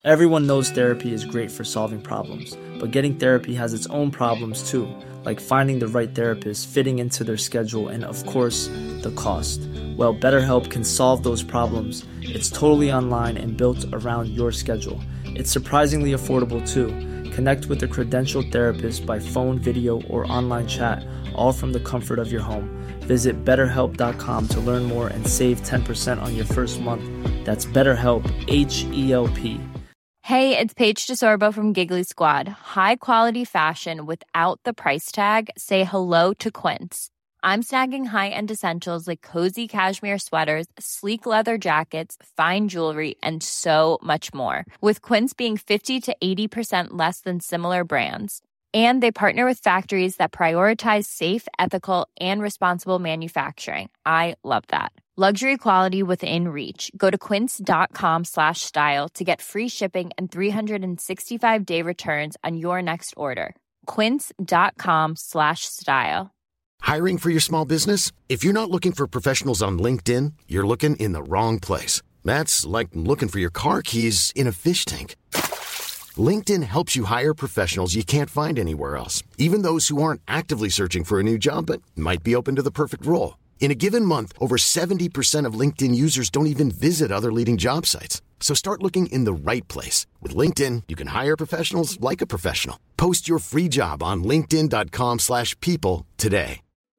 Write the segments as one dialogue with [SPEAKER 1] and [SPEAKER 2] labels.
[SPEAKER 1] Everyone knows therapy is great for solving problems, but getting therapy has its own problems too, like finding the right therapist, fitting into their schedule, and of course, the cost. Well, BetterHelp can solve those problems. It's totally online and built around your schedule. It's surprisingly affordable too. Connect with a credentialed therapist by phone, video, or online chat, all from the comfort of your home. Visit BetterHelp.com to learn more and save 10% on your first month. That's BetterHelp, H-E-L-P.
[SPEAKER 2] Hey, it's Paige DeSorbo from Giggly Squad. High quality fashion without the price tag. Say hello to Quince. I'm snagging high-end essentials like cozy cashmere sweaters, sleek leather jackets, fine jewelry, and so much more. With Quince being 50 to 80% less than similar brands. And they partner with factories that prioritize safe, ethical, and responsible manufacturing. I love that. Luxury quality within reach. Go to quince.com/style to get free shipping and 365-day returns on your next order. Quince.com/style.
[SPEAKER 3] Hiring for your small business? If you're not looking for professionals on LinkedIn, you're looking in the wrong place. That's like looking for your car keys in a fish tank. LinkedIn helps you hire professionals you can't find anywhere else, even those who aren't actively searching for a new job but might be open to the perfect role. In a given month, over 70% of LinkedIn users don't even visit other leading job sites. So start looking in the right place. With LinkedIn, you can hire professionals like a professional. Post your free job on linkedin.com/people today.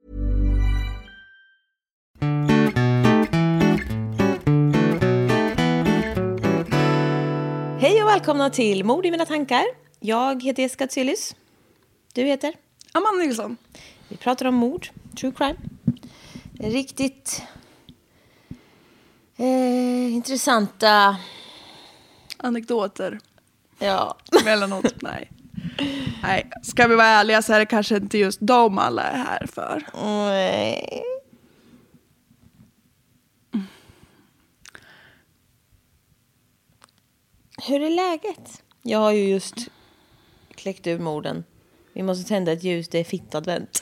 [SPEAKER 4] Hej och välkomna till Mord i mina tankar. Jag heter Jessica Tsyllis. Du heter?
[SPEAKER 5] Amanda Nilsson.
[SPEAKER 4] Vi pratar om mord, true crime. Riktigt intressanta
[SPEAKER 5] Anekdoter.
[SPEAKER 4] Ja.
[SPEAKER 5] Mellanåt, nej. Nej, ska vi vara ärliga så är det kanske inte just de alla är här för.
[SPEAKER 4] Nej. Hur är läget? Jag har ju just kläckt ur morden. Vi måste tända ett ljus, det är fittadvänt.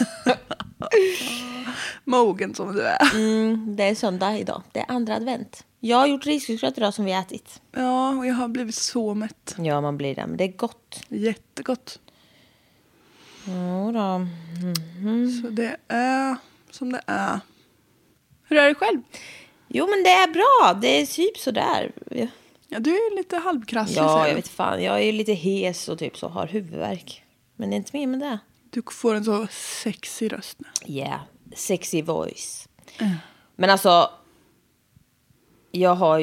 [SPEAKER 5] Mogen som du är.
[SPEAKER 4] Det är söndag idag, det är andra advent. Jag har gjort risgrynsgröt idag som vi ätit.
[SPEAKER 5] Ja, och jag har blivit så mätt.
[SPEAKER 4] Ja, man blir det, men det är gott.
[SPEAKER 5] Jättegott.
[SPEAKER 4] Ja då.
[SPEAKER 5] Så det är som det är. Hur är det själv?
[SPEAKER 4] Jo, men det är bra. Det är typ sådär.
[SPEAKER 5] Ja, du är lite halvkrasslig.
[SPEAKER 4] Ja, jag vet fan. Jag är lite hes och typ så har huvudvärk. Men det är inte mer med det.
[SPEAKER 5] Du får en så sexy röst nu.
[SPEAKER 4] Yeah, sexy voice. Men alltså, jag har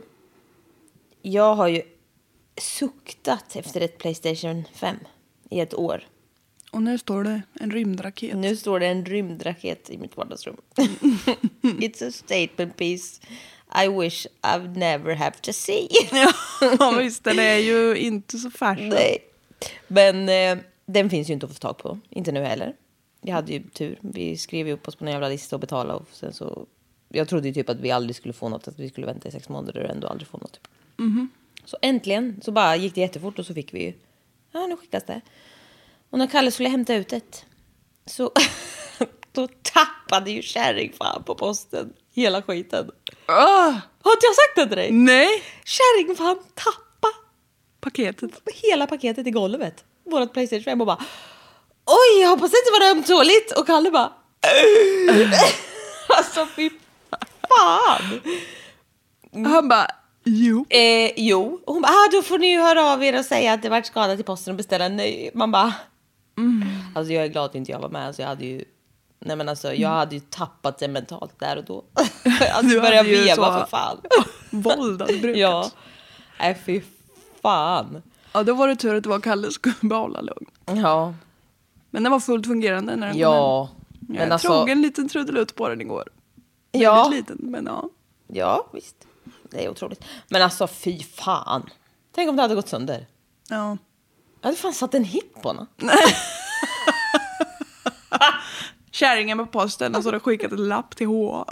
[SPEAKER 4] ju suktat efter ett PlayStation 5 i ett år.
[SPEAKER 5] Och nu står det en rymdraket.
[SPEAKER 4] Nu står det en rymdraket i mitt vardagsrum. It's a statement piece I wish I've never have to see.
[SPEAKER 5] Ja, visst, den är ju inte så färsk.
[SPEAKER 4] Nej. Men den finns ju inte att få tag på. Inte nu heller. Jag hade ju tur. Vi skrev ju upp oss på en jävla lista och betalade. Och sen så, jag trodde ju typ att vi aldrig skulle få något. Att vi skulle vänta i 6 månader och ändå aldrig få något. Typ. Så äntligen så bara gick det jättefort och så fick vi ju. Ja, nu skickas det. Och när Kalle skulle hämta ut det så då tappade ju kärring fan på posten hela skiten. Har inte jag sagt det till dig?
[SPEAKER 5] Nej.
[SPEAKER 4] Kärring fan tappa
[SPEAKER 5] Paketet.
[SPEAKER 4] hela paketet i golvet. Vårat PlayStation 5 och bara oj, jag hoppas det inte var ömtåligt. Och Kalle bara alltså fy fan.
[SPEAKER 5] Han bara jo.
[SPEAKER 4] Jo. Och hon bara då får ni ju höra av er och säga att det varit skadat i posten och beställa en ny. Man bara alltså jag är glad att inte jag var med. Så jag hade ju jag hade ju tappat det mentalt där och då. Alltså började veva för fan.
[SPEAKER 5] Våld hade brukat.
[SPEAKER 4] Ja. Nej, fy fan.
[SPEAKER 5] Ja, då var det tur att det var Kalle som skulle behålla lugn.
[SPEAKER 4] Ja.
[SPEAKER 5] Men den var fullt fungerande när den kom
[SPEAKER 4] Ja.
[SPEAKER 5] hem. Jag
[SPEAKER 4] alltså,
[SPEAKER 5] tog en liten trudelutt på den igår.
[SPEAKER 4] Ja.
[SPEAKER 5] Väldigt liten, men ja.
[SPEAKER 4] Ja, visst. Det är otroligt. Men alltså, fy fan. Tänk om det hade gått sönder.
[SPEAKER 5] Ja.
[SPEAKER 4] Jag hade fan satt en hit på den.
[SPEAKER 5] Kärringen på posten och så hade skickat en lapp till H.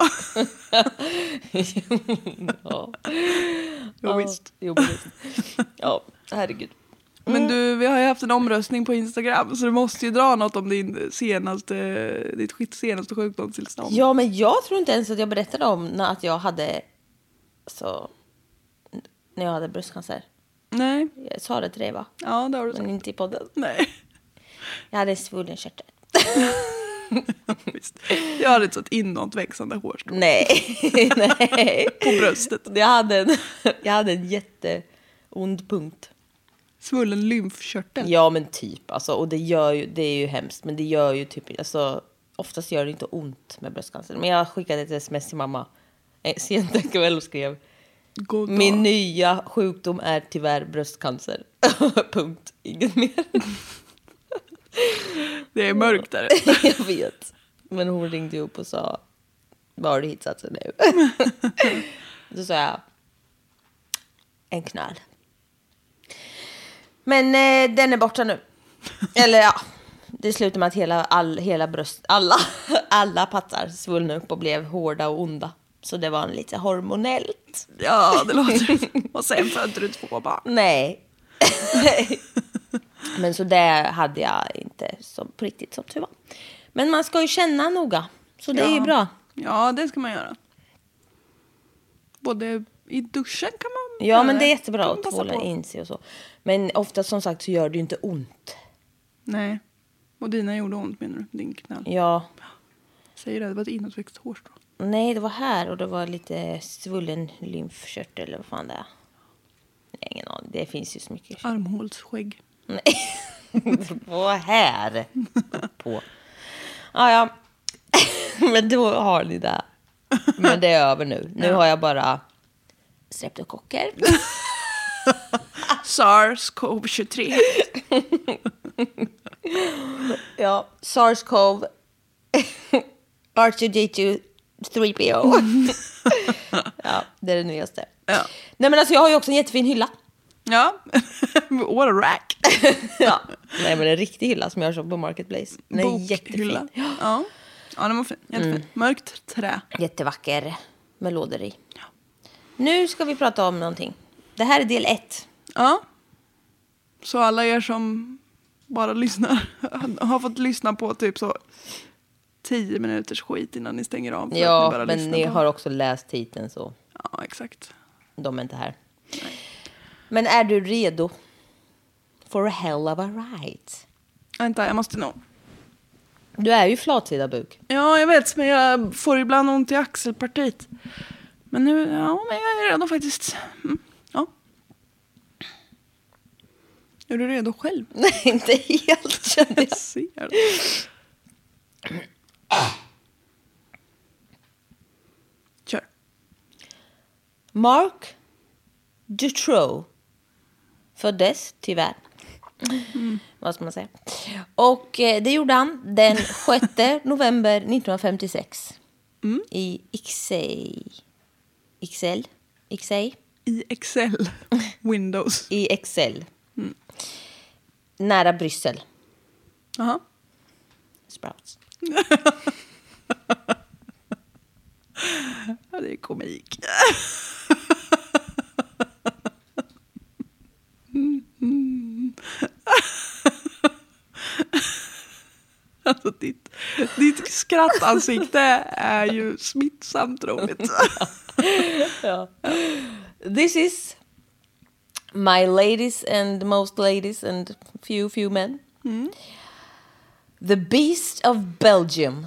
[SPEAKER 4] Ja.
[SPEAKER 5] Jo, visst.
[SPEAKER 4] Jo, visst. Ja, herregud.
[SPEAKER 5] Men du, vi har ju haft en omröstning på Instagram. Så du måste ju dra något om ditt senaste sjukdomstillstånd.
[SPEAKER 4] Ja, men jag tror inte ens att jag berättade om att jag hade när jag hade bröstcancer.
[SPEAKER 5] Nej.
[SPEAKER 4] Jag sa det till dig, va?
[SPEAKER 5] Ja, det har du sagt.
[SPEAKER 4] Men inte i podden.
[SPEAKER 5] Nej.
[SPEAKER 4] Jag hade svullen körtel.
[SPEAKER 5] Visst. Jag hade ett sånt inåtväxande hårstrå.
[SPEAKER 4] Nej.
[SPEAKER 5] På bröstet.
[SPEAKER 4] Jag hade en jätteond punkt.
[SPEAKER 5] Svullen lymfkörtel.
[SPEAKER 4] Ja, men typ. Alltså, och det är ju hemskt. Men det gör ju typ... Alltså, oftast gör det inte ont med bröstcancer. Men jag skickade ett sms till mamma sent en kväll och skrev: min nya sjukdom är tyvärr bröstcancer. Punkt. Inget mer.
[SPEAKER 5] Det är mörkt där.
[SPEAKER 4] Jag vet. Men hon ringde upp och sa: var har du hittat sig nu? Då sa jag: en knall. Men den är borta nu. Eller ja, det slutade med att hela bröst, alla pattar svullnade upp och blev hårda och onda. Så det var lite hormonellt.
[SPEAKER 5] Ja, det låter. Och sen födde du 2 barn.
[SPEAKER 4] Nej. Men så det hade jag inte på riktigt, som tur var. Men man ska ju känna noga. Så det är ju bra.
[SPEAKER 5] Ja, det ska man göra. Både i duschen kan man...
[SPEAKER 4] Ja, men det är jättebra att tvåla in sig och så. Men ofta, som sagt, så gör det ju inte ont.
[SPEAKER 5] Nej. Och dina gjorde ont, menar du? Din knall.
[SPEAKER 4] Ja.
[SPEAKER 5] Säger det var ett inåtväxt hårstrå.
[SPEAKER 4] Nej, det var här och det var lite svullen lymfkörtel eller vad fan det är. Ingen aning, det finns ju så mycket.
[SPEAKER 5] Armhålsskägg.
[SPEAKER 4] Nej, det var här. På. Ja. Men då har ni det. Men det är över nu. Nu har jag bara streptokocker.
[SPEAKER 5] SARS-CoV-23.
[SPEAKER 4] Ja, SARS-CoV. R2D2 3PO. Ja, det är det nyaste.
[SPEAKER 5] Ja.
[SPEAKER 4] Nej, men alltså jag har ju också en jättefin hylla.
[SPEAKER 5] Ja, what a rack.
[SPEAKER 4] Ja. Nej, men en riktig hylla som jag köpt på Marketplace. Den är jättefin.
[SPEAKER 5] Ja, den var fin. Jättefin. Mörkt trä.
[SPEAKER 4] Jättevacker med lådor i. Ja. Nu ska vi prata om någonting. Det här är del 1.
[SPEAKER 5] Ja. Så alla er som bara lyssnar har fått lyssna på typ så 10 minuters skit innan ni stänger av.
[SPEAKER 4] Ja, att ni men ni har också läst titeln så.
[SPEAKER 5] Ja, exakt.
[SPEAKER 4] De är inte här. Nej. Men är du redo for a hell of a ride?
[SPEAKER 5] Vänta, jag måste nog.
[SPEAKER 4] Du är ju flatsida buk.
[SPEAKER 5] Ja, jag vet, men jag får ibland ont i axelpartiet. Men nu, men jag är redo faktiskt. Ja. Är du redo själv?
[SPEAKER 4] Nej, inte helt, kände jag.
[SPEAKER 5] Ser det. Kör.
[SPEAKER 4] Mark Dutroux föddes tyvärr. Vad ska man säga? Och det gjorde han den 6 november 1956 i Excel.
[SPEAKER 5] I Excel. Windows.
[SPEAKER 4] I Excel. Nära Bryssel.
[SPEAKER 5] Aha.
[SPEAKER 4] Sprouts.
[SPEAKER 5] Ja, det är komik. Alltså ditt skrattansikte är ju smittsamt roligt.
[SPEAKER 4] Ja. This is my ladies and most ladies and few men. The Beast of Belgium.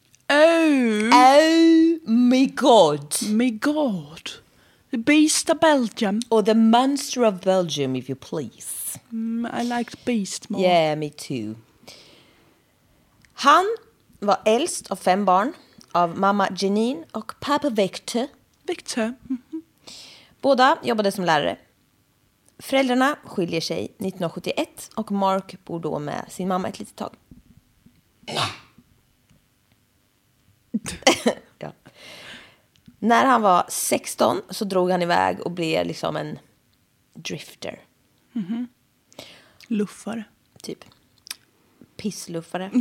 [SPEAKER 4] Oh my god.
[SPEAKER 5] My god. The Beast of Belgium.
[SPEAKER 4] Or the Monster of Belgium, if you please.
[SPEAKER 5] I like Beast more.
[SPEAKER 4] Yeah, me too. Han var äldst av 5 barn av mamma Janine och pappa Victor. Båda jobbade som lärare. Föräldrarna skiljer sig 1971 och Mark bor då med sin mamma ett litet tag. Ja. När han var 16 så drog han iväg och blev liksom en drifter.
[SPEAKER 5] Luffare.
[SPEAKER 4] Typ. Pissluffare.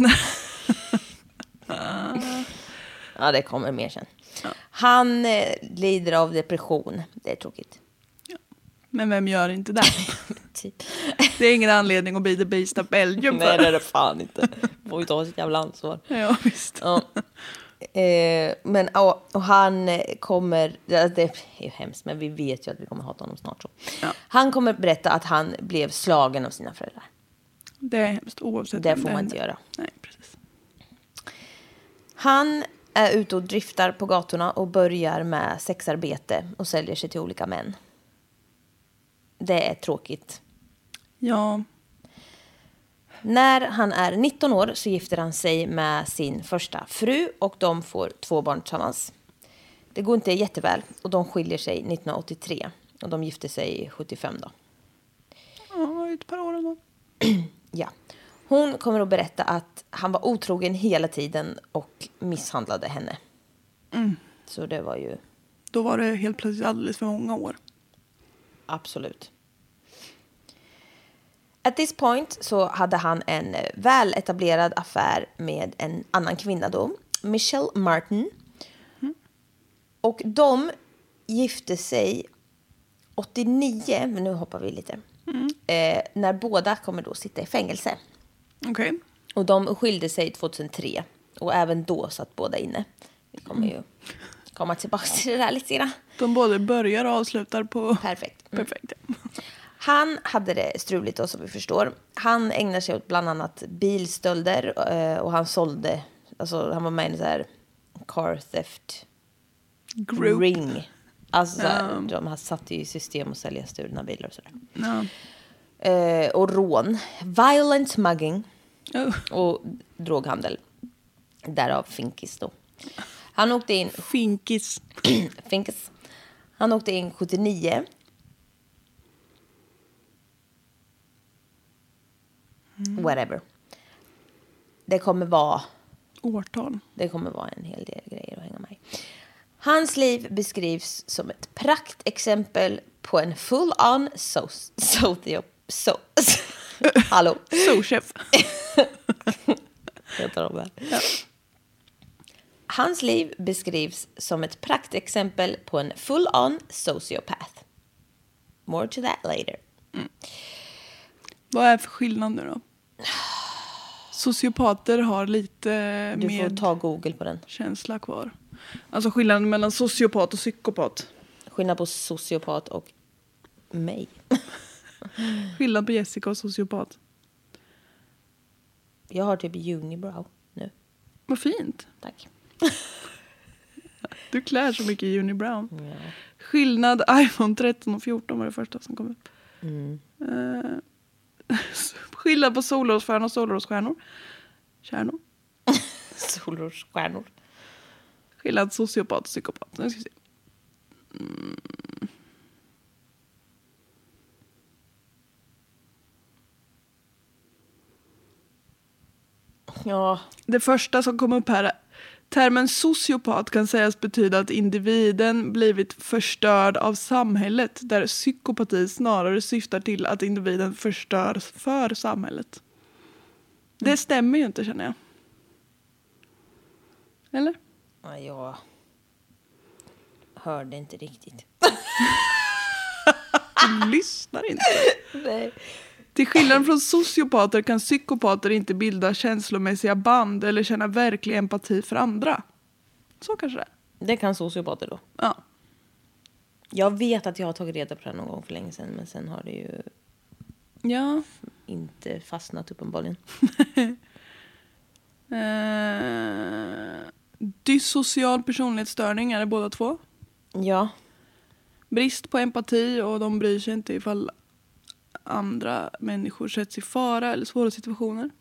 [SPEAKER 4] Ja, det kommer mer sen. Ja. Han lider av depression. Det är tråkigt.
[SPEAKER 5] Ja. Men vem gör inte det?
[SPEAKER 4] Typ.
[SPEAKER 5] Det är ingen anledning att bli the Beast of Belgium.
[SPEAKER 4] Nej, det är det fan inte. Får ju ta sitt jävla ansvar.
[SPEAKER 5] Ja, visst.
[SPEAKER 4] Ja. Men och han kommer, det är ju hemskt, men vi vet ju att vi kommer hata honom snart så.
[SPEAKER 5] Ja.
[SPEAKER 4] Han kommer berätta att han blev slagen av sina föräldrar.
[SPEAKER 5] Det är hemskt oavsett.
[SPEAKER 4] Det får man inte göra.
[SPEAKER 5] Nej, precis.
[SPEAKER 4] Han är ute och driftar på gatorna och börjar med sexarbete och säljer sig till olika män. Det är tråkigt.
[SPEAKER 5] Ja.
[SPEAKER 4] När han är 19 år så gifter han sig med sin första fru och de får 2 barn tillsammans. Det går inte jätteväl och de skiljer sig 1983 och de gifter sig 75 då.
[SPEAKER 5] Ja, ett par år ändå.
[SPEAKER 4] Ja. Hon kommer att berätta att han var otrogen hela tiden och misshandlade henne. Så det var ju...
[SPEAKER 5] Då var det helt plötsligt alldeles för många år.
[SPEAKER 4] Absolut. At this point så hade han en väl etablerad affär med en annan kvinna då, Michelle Martin. Och de gifte sig 89, men nu hoppar vi lite. När båda kommer då sitta i fängelse.
[SPEAKER 5] Okej.
[SPEAKER 4] Och de skilde sig 2003. Och även då satt båda inne. Vi kommer ju komma tillbaka till det där lite grann.
[SPEAKER 5] De både börjar och avslutar på...
[SPEAKER 4] Perfekt.
[SPEAKER 5] Perfekt, ja.
[SPEAKER 4] Han hade det struligt då, som vi förstår. Han ägnar sig åt bland annat bilstölder. Och han sålde... Alltså han var med i en så här car theft
[SPEAKER 5] Group.
[SPEAKER 4] ring. Alltså de har satt i system att sälja stulna bilar och sådär.
[SPEAKER 5] Ja.
[SPEAKER 4] Och rån. Violent mugging.
[SPEAKER 5] Oh.
[SPEAKER 4] Och droghandel. Därav Finkis då. Han åkte in...
[SPEAKER 5] Finkis.
[SPEAKER 4] Finkis. Han åkte in 79. Whatever. Det kommer vara...
[SPEAKER 5] Årtal.
[SPEAKER 4] Det kommer vara en hel del grejer att hänga med i. Hans liv beskrivs som ett praktexempel på en full-on Hallå.
[SPEAKER 5] Souschef.
[SPEAKER 4] Jag tar om här. Ja. Hans liv beskrivs som ett praktexempel på en full-on sociopath. More to that later.
[SPEAKER 5] Vad är för skillnad nu då? Sociopater har lite
[SPEAKER 4] Du får
[SPEAKER 5] mer
[SPEAKER 4] ta Google på den.
[SPEAKER 5] känsla kvar. Alltså skillnaden mellan sociopat och psykopat.
[SPEAKER 4] Skillnad på sociopat och mig.
[SPEAKER 5] Skillnad på Jessica och sociopat.
[SPEAKER 4] Jag har typ unibrow nu.
[SPEAKER 5] Vad fint.
[SPEAKER 4] Tack.
[SPEAKER 5] Du klär så mycket i unibrown.
[SPEAKER 4] Ja.
[SPEAKER 5] Skillnad iPhone 13 och 14 var det första som kom upp. Skillnad på solrosstjärnor och solrosstjärnor. Kärnor.
[SPEAKER 4] Solrosstjärnor.
[SPEAKER 5] Skillnad sociopat och psykopat. Nu ska vi se.
[SPEAKER 4] Ja.
[SPEAKER 5] Det första som kom upp här är: termen sociopat kan sägas betyda att individen blivit förstörd av samhället, där psykopati snarare syftar till att individen förstörs för samhället. Det stämmer ju inte, känner jag. Eller?
[SPEAKER 4] Ja, jag hörde inte riktigt.
[SPEAKER 5] Du lyssnar inte.
[SPEAKER 4] Nej.
[SPEAKER 5] Till skillnad från sociopater kan psykopater inte bilda känslomässiga band eller känna verklig empati för andra. Så kanske det är.
[SPEAKER 4] Det kan sociopater då.
[SPEAKER 5] Ja.
[SPEAKER 4] Jag vet att jag har tagit reda på det någon gång för länge sedan. Men sen har det ju
[SPEAKER 5] Ja.
[SPEAKER 4] inte fastnat uppenbarligen.
[SPEAKER 5] Dysocial personlighetsstörning är det båda två.
[SPEAKER 4] Ja.
[SPEAKER 5] Brist på empati och de bryr sig inte ifall andra människor sätts i fara eller svåra situationer.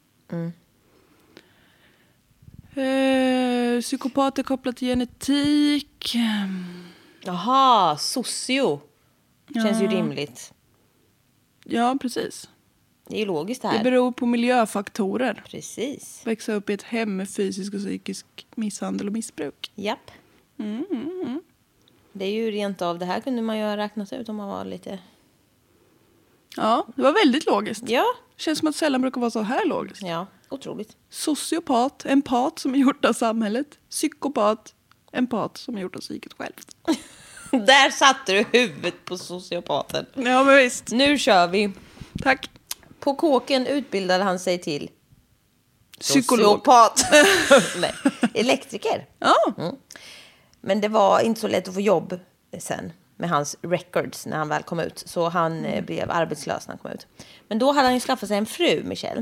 [SPEAKER 5] Psykopat är kopplat till genetik.
[SPEAKER 4] Jaha, socio. Känns ju rimligt.
[SPEAKER 5] Ja, precis.
[SPEAKER 4] Det är ju logiskt det här.
[SPEAKER 5] Det beror på miljöfaktorer.
[SPEAKER 4] Precis.
[SPEAKER 5] Växa upp i ett hem med fysisk och psykisk misshandel och missbruk.
[SPEAKER 4] Japp. Det är ju rent av. Det här kunde man ju ha räknat ut om man var lite...
[SPEAKER 5] Ja, det var väldigt logiskt.
[SPEAKER 4] Ja.
[SPEAKER 5] Känns som att sällan brukar vara så här logiskt.
[SPEAKER 4] Ja, otroligt.
[SPEAKER 5] Sociopat, empat som är gjort av samhället. Psykopat, empat som är gjort av psyket självt.
[SPEAKER 4] Där satte du huvudet på sociopaten.
[SPEAKER 5] Ja, men visst.
[SPEAKER 4] Nu kör vi.
[SPEAKER 5] Tack.
[SPEAKER 4] På kåken utbildade han sig till Sociopat. Nej, elektriker.
[SPEAKER 5] Ja.
[SPEAKER 4] Men det var inte så lätt att få jobb sen med hans records när han väl kom ut. Så han blev arbetslös när han kom ut. Men då hade han ju skaffat sig en fru, Michelle.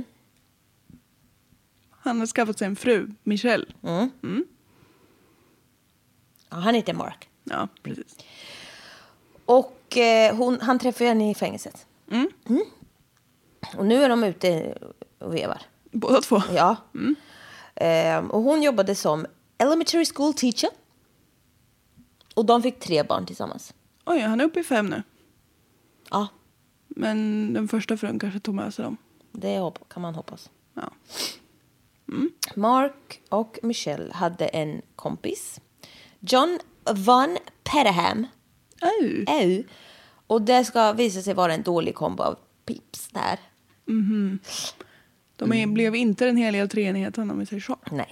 [SPEAKER 5] Han har skaffat sig en fru, Michelle.
[SPEAKER 4] Ja, han heter Mark.
[SPEAKER 5] Ja, precis.
[SPEAKER 4] Och han träffade henne i fängelset. Och nu är de ute och vevar.
[SPEAKER 5] Båda två.
[SPEAKER 4] Ja. Och hon jobbade som elementary school teacher. Och de fick 3 barn tillsammans.
[SPEAKER 5] Oj, han är uppe i 5 nu.
[SPEAKER 4] Ja,
[SPEAKER 5] Men den första frun kanske tog med sig dem.
[SPEAKER 4] det kan man hoppas.
[SPEAKER 5] Ja.
[SPEAKER 4] Mark och Michelle hade en kompis. John Von Petterham. Och det ska visa sig vara en dålig kombo av pips där.
[SPEAKER 5] De blev inte den heliga treenigheten om vi säger så.
[SPEAKER 4] Nej.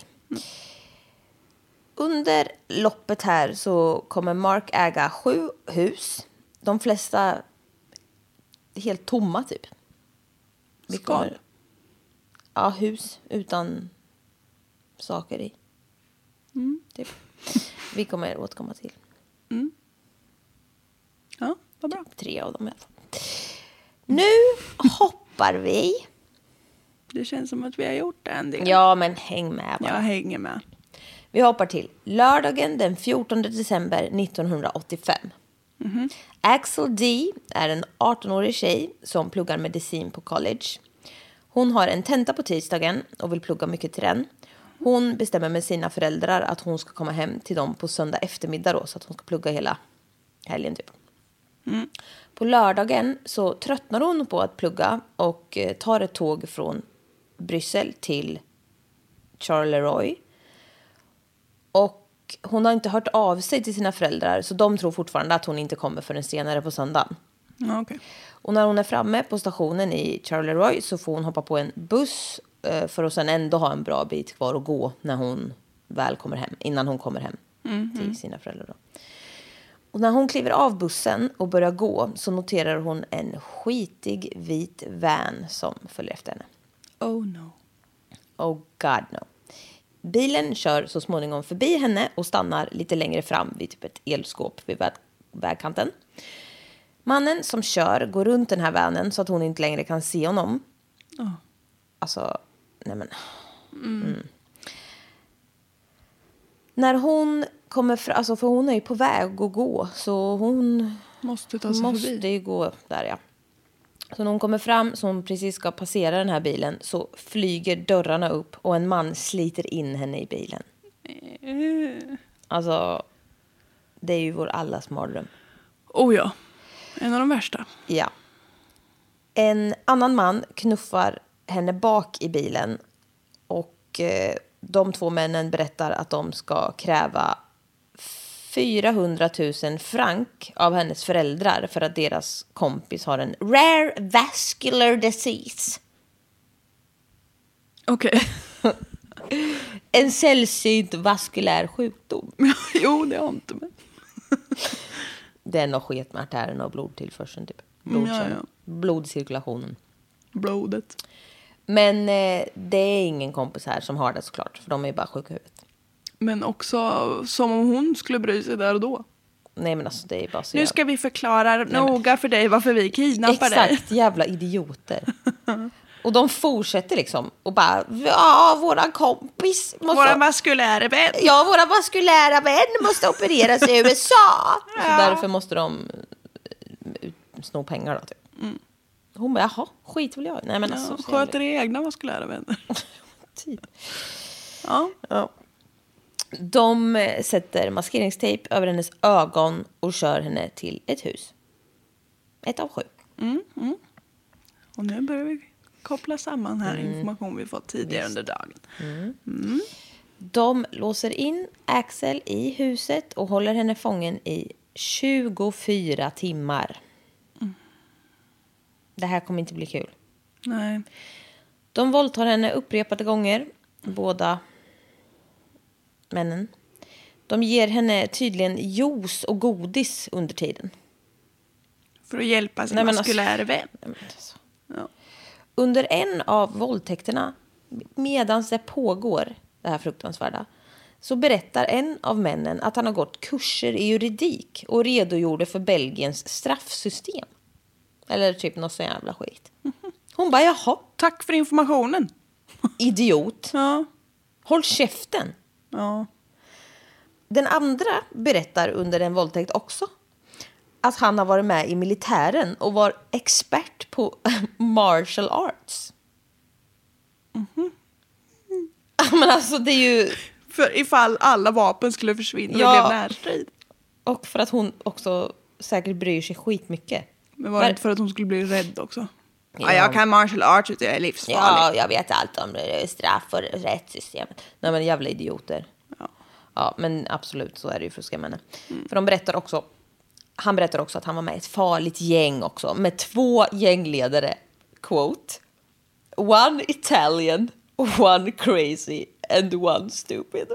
[SPEAKER 4] Under loppet här så kommer Mark äga 7 hus. De flesta helt tomma typ. Ja, hus utan saker i. Typ. Vi kommer återkomma till.
[SPEAKER 5] Ja, vad bra.
[SPEAKER 4] 3 av dem i alla fall. Nu hoppar vi.
[SPEAKER 5] Det känns som att vi har gjort det en del.
[SPEAKER 4] Ja, men häng med bara.
[SPEAKER 5] Jag hänger med.
[SPEAKER 4] Vi hoppar till lördagen den 14 december 1985. Axel D är en 18-årig tjej som pluggar medicin på college. Hon har en tenta på tisdagen och vill plugga mycket till den. Hon bestämmer med sina föräldrar att hon ska komma hem till dem på söndag eftermiddag då, så att hon ska plugga hela helgen typ. På lördagen så tröttnar hon på att plugga och tar ett tåg från Bryssel till Charleroi. Och hon har inte hört av sig till sina föräldrar, så de tror fortfarande att hon inte kommer förrän senare på söndagen.
[SPEAKER 5] Ja, okay.
[SPEAKER 4] Och när hon är framme på stationen i Charleroi så får hon hoppa på en buss för att sen ändå ha en bra bit kvar att gå när hon väl kommer hem, innan hon kommer hem till sina föräldrar då. Och när hon kliver av bussen och börjar gå så noterar hon en skitig vit van som följer efter henne.
[SPEAKER 5] Oh no.
[SPEAKER 4] Oh god no. Bilen kör så småningom förbi henne och stannar lite längre fram vid typ ett elskåp vid vägkanten. Mannen som kör går runt den här vanen så att hon inte längre kan se honom. Alltså, nej men. När hon kommer fram, alltså för hon är ju på väg att gå, så hon
[SPEAKER 5] måste ta sig förbi.
[SPEAKER 4] Ju gå där, ja. Så när hon kommer fram, så hon precis ska passera den här bilen, så flyger dörrarna upp och en man sliter in henne i bilen. Alltså, det är ju vår allas mardröm.
[SPEAKER 5] Oh ja, en av de värsta.
[SPEAKER 4] Ja. En annan man knuffar henne bak i bilen och de 2 männen berättar att de ska kräva 400 000 franc av hennes föräldrar för att deras kompis har en rare vascular disease.
[SPEAKER 5] Okej.
[SPEAKER 4] En sällsynt vaskulär sjukdom.
[SPEAKER 5] Jo, det har inte med.
[SPEAKER 4] Det är nog sket med artären och blodtillförseln typ. Blodcirkulationen.
[SPEAKER 5] Blodet.
[SPEAKER 4] Men det är ingen kompis här som har det såklart, för de är bara sjuka i huvudet.
[SPEAKER 5] Men också som om hon skulle bry sig där och då.
[SPEAKER 4] Nej, men alltså det är bara så.
[SPEAKER 5] Nu ska vi förklara noga för dig varför vi kidnappar dig.
[SPEAKER 4] Exakt, jävla idioter. Och de fortsätter liksom och bara, ja, våran kompis måste...
[SPEAKER 5] Våran vaskulära vän.
[SPEAKER 4] Ja, våran vaskulära vän måste opereras i USA. Ja. Så därför måste de sno pengar då typ. Hon bara, jaha, skit väl jag. Nej, men alltså,
[SPEAKER 5] sköter det egna vaskulära vänner.
[SPEAKER 4] Typ.
[SPEAKER 5] Ja.
[SPEAKER 4] De sätter maskeringstejp över hennes ögon och kör henne till ett hus. 1 av 7.
[SPEAKER 5] Och nu börjar vi koppla samman här information vi fått tidigare under dagen.
[SPEAKER 4] De låser in Axel i huset och håller henne fången i 24 timmar. Det här kommer inte bli kul.
[SPEAKER 5] Nej.
[SPEAKER 4] De våldtar henne upprepade gånger, båda männen. De ger henne tydligen juice och godis under tiden.
[SPEAKER 5] För att hjälpa sin vaskulära vän.
[SPEAKER 4] Ja. Under en av våldtäkterna medan det pågår, det här fruktansvärda, så berättar en av männen att han har gått kurser i juridik och redogjorde för Belgiens straffsystem. Eller typ något så jävla skit. Hon bara, jaha.
[SPEAKER 5] Tack för informationen.
[SPEAKER 4] Idiot.
[SPEAKER 5] Ja.
[SPEAKER 4] Håll käften.
[SPEAKER 5] Ja.
[SPEAKER 4] Den andra berättar under en våldtäkt också att han har varit med i militären och var expert på martial arts. Men alltså det är ju...
[SPEAKER 5] För ifall alla vapen skulle försvinna och
[SPEAKER 4] Ja.
[SPEAKER 5] blev närstrid.
[SPEAKER 4] Och för att hon också säkert bryr sig skitmycket.
[SPEAKER 5] Men var det inte för att hon skulle bli rädd också?
[SPEAKER 4] Ja.
[SPEAKER 5] Jag kan martial arts, jag är livsfarlig.
[SPEAKER 4] Ja, jag vet allt om straff och rättssystemet. Nej, men jävla idioter. Ja, men absolut, så är det ju för att skrämma henne. För han berättar också att han var med i ett farligt gäng också. Med 2 gängledare. Quote. One Italian, one crazy and one stupid.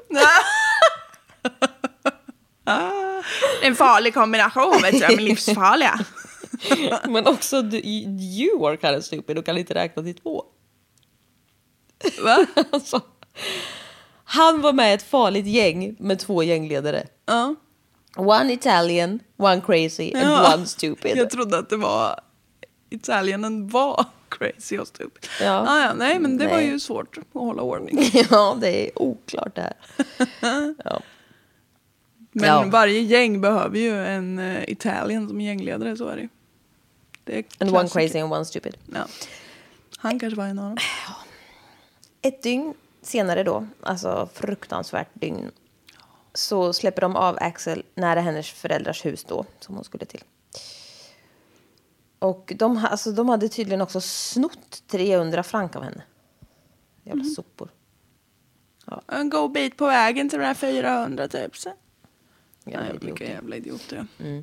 [SPEAKER 5] En farlig kombination, vet jag, men livsfarliga.
[SPEAKER 4] Men också you are kind of stupid och kan inte räkna till 2.
[SPEAKER 5] Va?
[SPEAKER 4] Alltså, han var med i ett farligt gäng med 2 gängledare.
[SPEAKER 5] Ja.
[SPEAKER 4] One Italian, one crazy and one stupid.
[SPEAKER 5] Jag trodde att det var Italianen var crazy och stupid.
[SPEAKER 4] Ja.
[SPEAKER 5] Nej, men det
[SPEAKER 4] Nej.
[SPEAKER 5] var ju svårt att hålla ordning.
[SPEAKER 4] Ja, det är oklart det här. Ja.
[SPEAKER 5] Men varje gäng behöver ju en Italian som gängledare, så är det ju. Det är
[SPEAKER 4] And one
[SPEAKER 5] klassiker.
[SPEAKER 4] crazy and one stupid.
[SPEAKER 5] Ja. Han kanske var en av dem.
[SPEAKER 4] Ett dygn senare då, alltså fruktansvärt dygn, så släpper de av Axel nära hennes föräldrars hus då, som hon skulle till. Och de hade tydligen också snott 300 franc av henne. Jävla sopor.
[SPEAKER 5] En god bit på vägen till de här 400 typ.
[SPEAKER 4] Jävla idioter.
[SPEAKER 5] Vilka jävla idioter.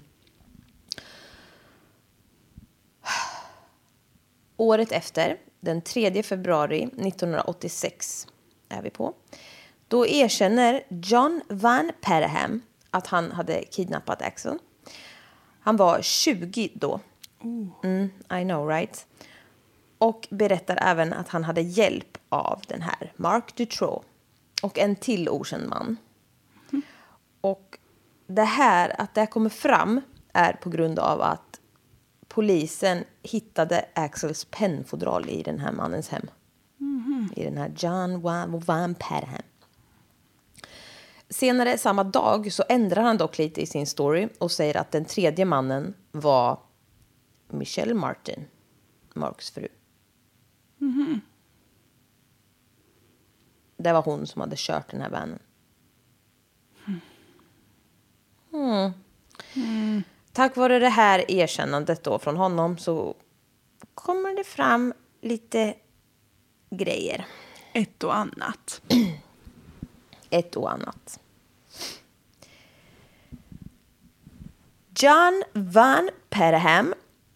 [SPEAKER 4] Året efter, den 3 februari 1986 är vi på. Då erkänner John Van Perham att han hade kidnappat Axel. Han var 20 då. I know, right? Och berättar även att han hade hjälp av den här Mark Dutroux och en till okänd man. Och det här, att det här kommer fram är på grund av att polisen hittade Axels pennfodral i den här mannens hem. I den här John Van Perham. Senare samma dag så ändrar han dock lite i sin story och säger att den tredje mannen var Michelle Martin, Marks fru. Det var hon som hade kört den här vanen. Tack vare det här erkännandet då från honom så kommer det fram lite grejer.
[SPEAKER 5] Ett och annat.
[SPEAKER 4] Ett och annat. John Van Perham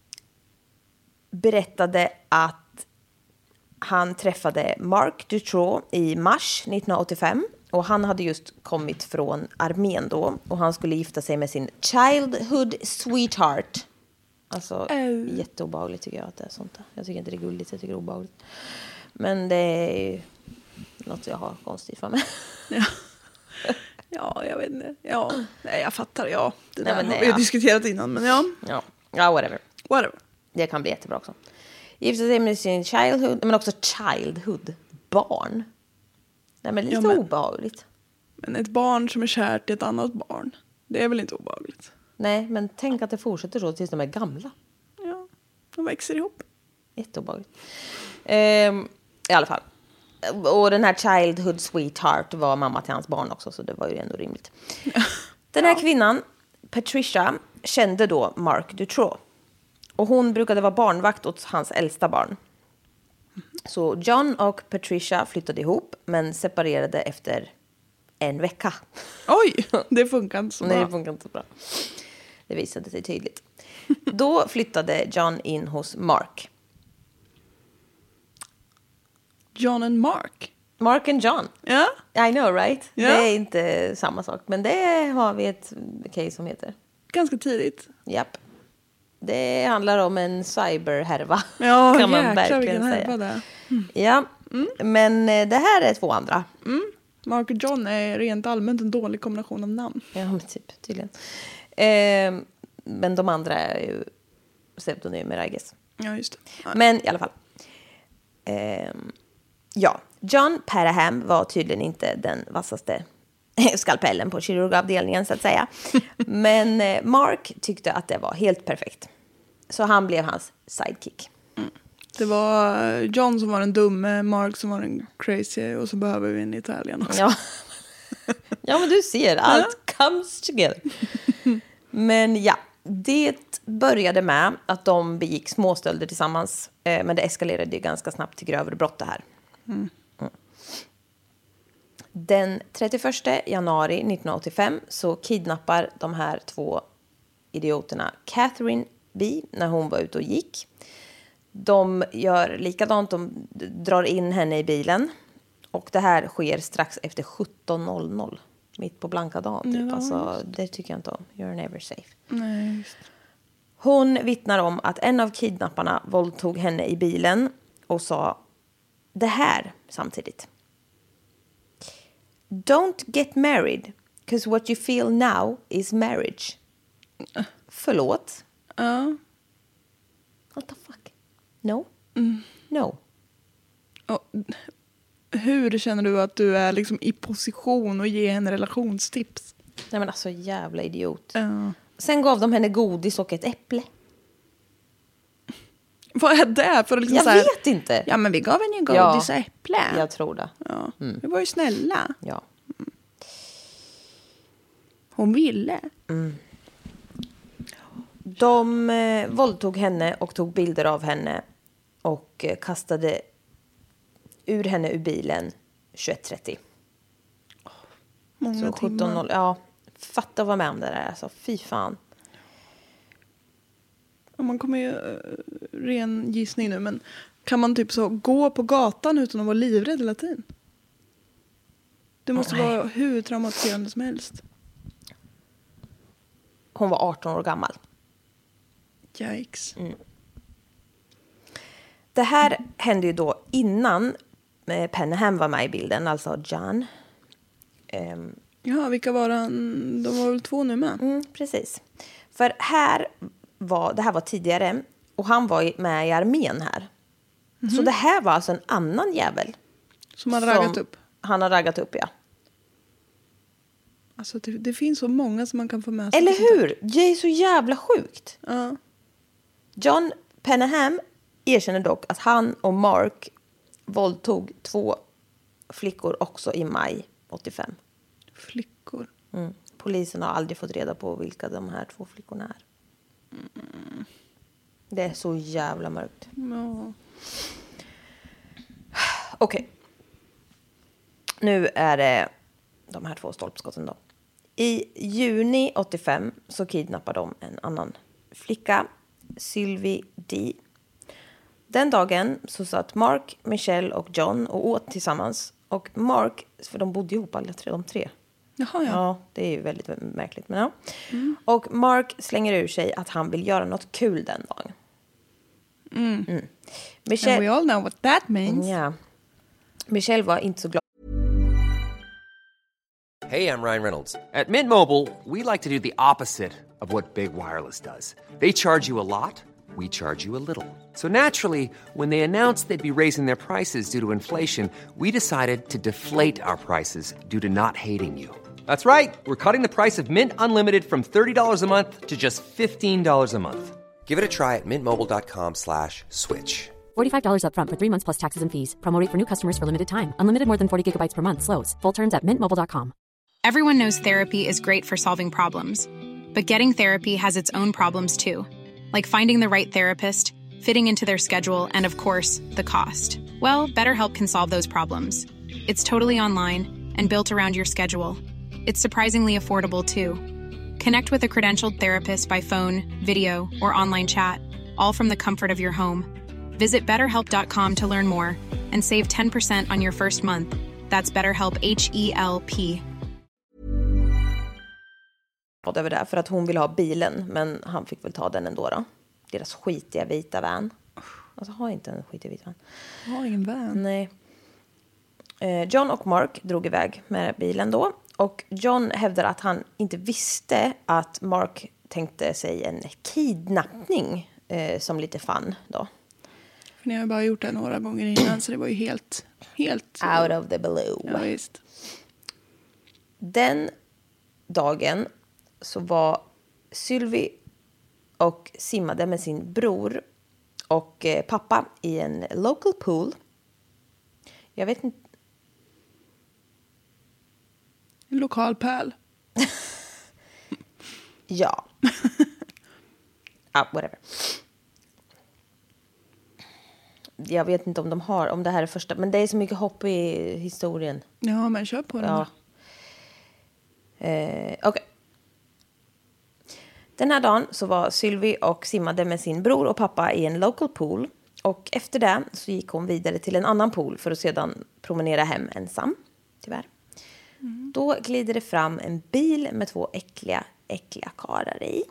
[SPEAKER 4] berättade att han träffade Mark Dutroux i mars 1985. Och han hade just kommit från armén då. Och han skulle gifta sig med sin childhood sweetheart. Alltså jätteobehagligt tycker jag att det är sånt där. Jag tycker inte det är gulligt, jag tycker det är obehagligt. Men det är ju något jag har konstigt för mig.
[SPEAKER 5] Ja, jag vet inte. Ja, nej, jag fattar. Ja, det
[SPEAKER 4] Nej,
[SPEAKER 5] där
[SPEAKER 4] men
[SPEAKER 5] har
[SPEAKER 4] det,
[SPEAKER 5] vi
[SPEAKER 4] ja.
[SPEAKER 5] diskuterat innan, men ja.
[SPEAKER 4] Ja, whatever.
[SPEAKER 5] Whatever.
[SPEAKER 4] Det kan bli jättebra också. Gifta sig med sin childhood, men också childhood. Barn. Nej, men lite obehagligt.
[SPEAKER 5] Men ett barn som är kärt i ett annat barn, det är väl inte obehagligt?
[SPEAKER 4] Nej, men tänk att det fortsätter så tills de är gamla.
[SPEAKER 5] Ja, de växer ihop.
[SPEAKER 4] Jätteobehagligt. I alla fall. Och den här childhood sweetheart var mamma till hans barn också, så det var ju ändå rimligt. Den här kvinnan, Patricia, kände då Mark Dutroux. Och hon brukade vara barnvakt åt hans äldsta barn. Så John och Patricia flyttade ihop, men separerade efter en vecka.
[SPEAKER 5] Oj, det funkar inte så bra.
[SPEAKER 4] Nej, det funkar inte så bra. Det visade sig tydligt. Då flyttade John in hos Mark.
[SPEAKER 5] John and Mark.
[SPEAKER 4] Mark and John.
[SPEAKER 5] Ja.
[SPEAKER 4] I know, right?
[SPEAKER 5] Ja.
[SPEAKER 4] Det är inte samma sak, men det har vi ett case som heter.
[SPEAKER 5] Ganska tidigt.
[SPEAKER 4] Japp. Det handlar om en cyberhärva.
[SPEAKER 5] Ja,
[SPEAKER 4] kan man
[SPEAKER 5] jäklar
[SPEAKER 4] verkligen
[SPEAKER 5] vilken
[SPEAKER 4] säga.
[SPEAKER 5] härva det.
[SPEAKER 4] Ja, Men det här är 2 andra.
[SPEAKER 5] Mark och John är rent allmänt en dålig kombination av namn.
[SPEAKER 4] Ja, men typ, tydligen. Men de andra är ju pseudonymer, I guess.
[SPEAKER 5] Ja, just det. Ja.
[SPEAKER 4] Men i alla fall. Ja, John Parham var tydligen inte den vassaste skalpellen på kirurgavdelningen, så att säga. Men Mark tyckte att det var helt perfekt. Så han blev hans sidekick.
[SPEAKER 5] Det var John som var den dumme, Mark som var den crazy, och så behöver vi en Italien också.
[SPEAKER 4] Ja. Ja, men du ser, allt comes together. Men ja, det började med att de begick småstölder tillsammans. Men det eskalerade ju ganska snabbt till grövre brott det här. Den 31 januari 1985 så kidnappar de här 2 idioterna Catherine B när hon var ute och gick. De gör likadant, de drar in henne i bilen. Och det här sker strax efter 17:00. Mitt på blanka dagen. Typ.
[SPEAKER 5] Ja,
[SPEAKER 4] alltså, det tycker jag inte om. You're never safe.
[SPEAKER 5] Nej, just.
[SPEAKER 4] Hon vittnar om att en av kidnapparna våldtog henne i bilen och sa det här samtidigt. Don't get married, 'cause what you feel now is marriage. Förlåt?
[SPEAKER 5] Ja.
[SPEAKER 4] What the fuck? No? No.
[SPEAKER 5] Och hur känner du att du är liksom i position att ge henne relationstips?
[SPEAKER 4] Nej, men alltså, jävla idiot.
[SPEAKER 5] Ja.
[SPEAKER 4] Sen gav de henne godis och ett äpple.
[SPEAKER 5] Vad är det? För att liksom
[SPEAKER 4] Jag
[SPEAKER 5] så här,
[SPEAKER 4] vet inte.
[SPEAKER 5] Ja, men vi gav henne ju godis och äpple.
[SPEAKER 4] Jag tror det.
[SPEAKER 5] Ja. Vi var ju snälla.
[SPEAKER 4] Ja.
[SPEAKER 5] Hon ville.
[SPEAKER 4] De våldtog henne och tog bilder av henne och kastade ur henne ur bilen 21:30.
[SPEAKER 5] Många
[SPEAKER 4] Så 17:00. Ja, fatta vad med om det där. Alltså, fy fan.
[SPEAKER 5] Ja, man kommer ju ren gissning nu, men kan man typ så gå på gatan utan att vara livrädd hela tiden? Det måste vara hur traumatiserande som helst.
[SPEAKER 4] Hon var 18 år gammal.
[SPEAKER 5] Yikes.
[SPEAKER 4] Det här hände ju då innan Parham var med i bilden, alltså John.
[SPEAKER 5] Ja, vilka var han? De var väl 2 nu med?
[SPEAKER 4] Precis. För det här var tidigare och han var med i armén här. Så det här var alltså en annan jävel.
[SPEAKER 5] Som han raggat upp?
[SPEAKER 4] Han har raggat upp, ja.
[SPEAKER 5] Alltså det finns så många som man kan få med sig.
[SPEAKER 4] Eller hur? Det är så jävla sjukt.
[SPEAKER 5] Ja.
[SPEAKER 4] John Parham erkänner dock att han och Mark våldtog 2 flickor också i maj 85.
[SPEAKER 5] Flickor.
[SPEAKER 4] Polisen har aldrig fått reda på vilka de här 2 flickorna är. Det är så jävla mörkt.
[SPEAKER 5] Ja.
[SPEAKER 4] Okej. Nu är det de här 2 stolpskotten då. I juni 85 så kidnappar de en annan flicka, Sylvie D. Den dagen så satt Mark, Michelle och John och åt tillsammans. Och Mark, för de bodde ihop alla 3, de 3.
[SPEAKER 5] Jaha, ja.
[SPEAKER 4] Ja, det är ju väldigt märkligt. Men ja. Och Mark slänger ur sig att han vill göra något kul den dagen. Michelle,
[SPEAKER 5] And we all know what that means.
[SPEAKER 4] ja. Michelle var inte så glad.
[SPEAKER 6] Hey, I'm Ryan Reynolds. At Mint Mobile, we like to do the opposite of what Big Wireless does. They charge you a lot, we charge you a little. So naturally, when they announced they'd be raising their prices due to inflation, we decided to deflate our prices due to not hating you. That's right. We're cutting the price of Mint Unlimited from $30 a month to just $15 a month. Give it a try at mintmobile.com/switch.
[SPEAKER 7] $45 up front for 3 months plus taxes and fees. Promo rate for new customers for limited time. Unlimited more than 40 gigabytes per month slows. Full terms at mintmobile.com.
[SPEAKER 8] Everyone knows therapy is great for solving problems. But getting therapy has its own problems too. Like finding the right therapist, fitting into their schedule, and of course, the cost. Well, BetterHelp can solve those problems. It's totally online and built around your schedule. It's surprisingly affordable too. Connect with a credentialed therapist by phone, video, or online chat, all from the comfort of your home. Visit BetterHelp.com to learn more and save 10% on your first month. That's BetterHelp, H-E-L-P.
[SPEAKER 4] Över det för att hon ville ha bilen, men han fick väl ta den ändå då. Deras skitiga vita van. Alltså, har inte en skitig vit van.
[SPEAKER 5] Jag har ingen vän.
[SPEAKER 4] Nej. John och Mark drog iväg med bilen då. Och John hävdar att han inte visste att Mark tänkte sig en kidnappning som lite fun då.
[SPEAKER 5] För ni har bara gjort det några gånger innan så det var ju helt
[SPEAKER 4] out of the blue.
[SPEAKER 5] Ja, visst.
[SPEAKER 4] Den dagen så var Sylvie och simmade med sin bror och pappa i en local pool. Jag vet inte.
[SPEAKER 5] En lokal pöl.
[SPEAKER 4] Ja. Whatever. Jag vet inte om de har, om det här är första, men det är så mycket hopp i historien.
[SPEAKER 5] Ja, men kör på den.
[SPEAKER 4] Ja. Okej. Den här dagen så var Sylvie och simmade med sin bror och pappa i en local pool. Och efter det så gick hon vidare till en annan pool för att sedan promenera hem ensam, tyvärr. Då glider det fram en bil med 2 äckliga karlar i.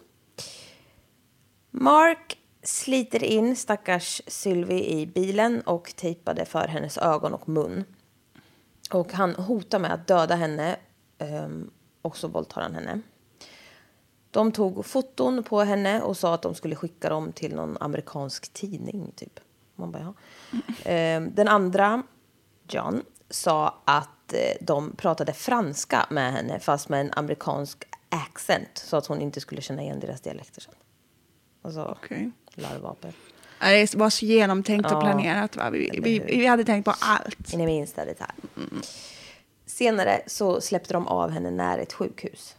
[SPEAKER 4] Mark sliter in stackars Sylvie i bilen och tejpade för hennes ögon och mun. Och han hotar med att döda henne och så våldtar han henne. De tog foton på henne och sa att de skulle skicka dem till någon amerikansk tidning typ. Man bara, ja. Den andra, John, sa att de pratade franska med henne fast med en amerikansk accent så att hon inte skulle känna igen deras dialekter sen. Alltså, larvaper.
[SPEAKER 5] Det var så genomtänkt och planerat. Va? Vi hade tänkt på allt.
[SPEAKER 4] In i minsta detalj. Senare så släppte de av henne nära ett sjukhus.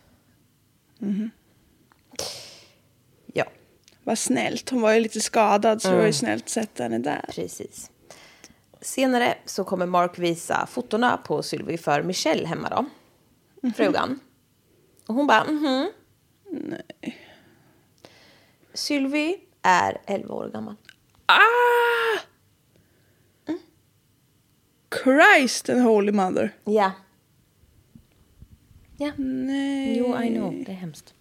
[SPEAKER 4] Ja.
[SPEAKER 5] Vad snällt. Hon var ju lite skadad så det var ju snällt att sätta henne där.
[SPEAKER 4] Precis. Senare så kommer Mark visa fotorna på Sylvie för Michelle hemma då. Frugan. Och hon bara,
[SPEAKER 5] Nej.
[SPEAKER 4] Sylvie är 11 år gammal.
[SPEAKER 5] Christ and Holy Mother.
[SPEAKER 4] Ja. Ja.
[SPEAKER 5] Nej.
[SPEAKER 4] Jo, I know. Det är hemskt.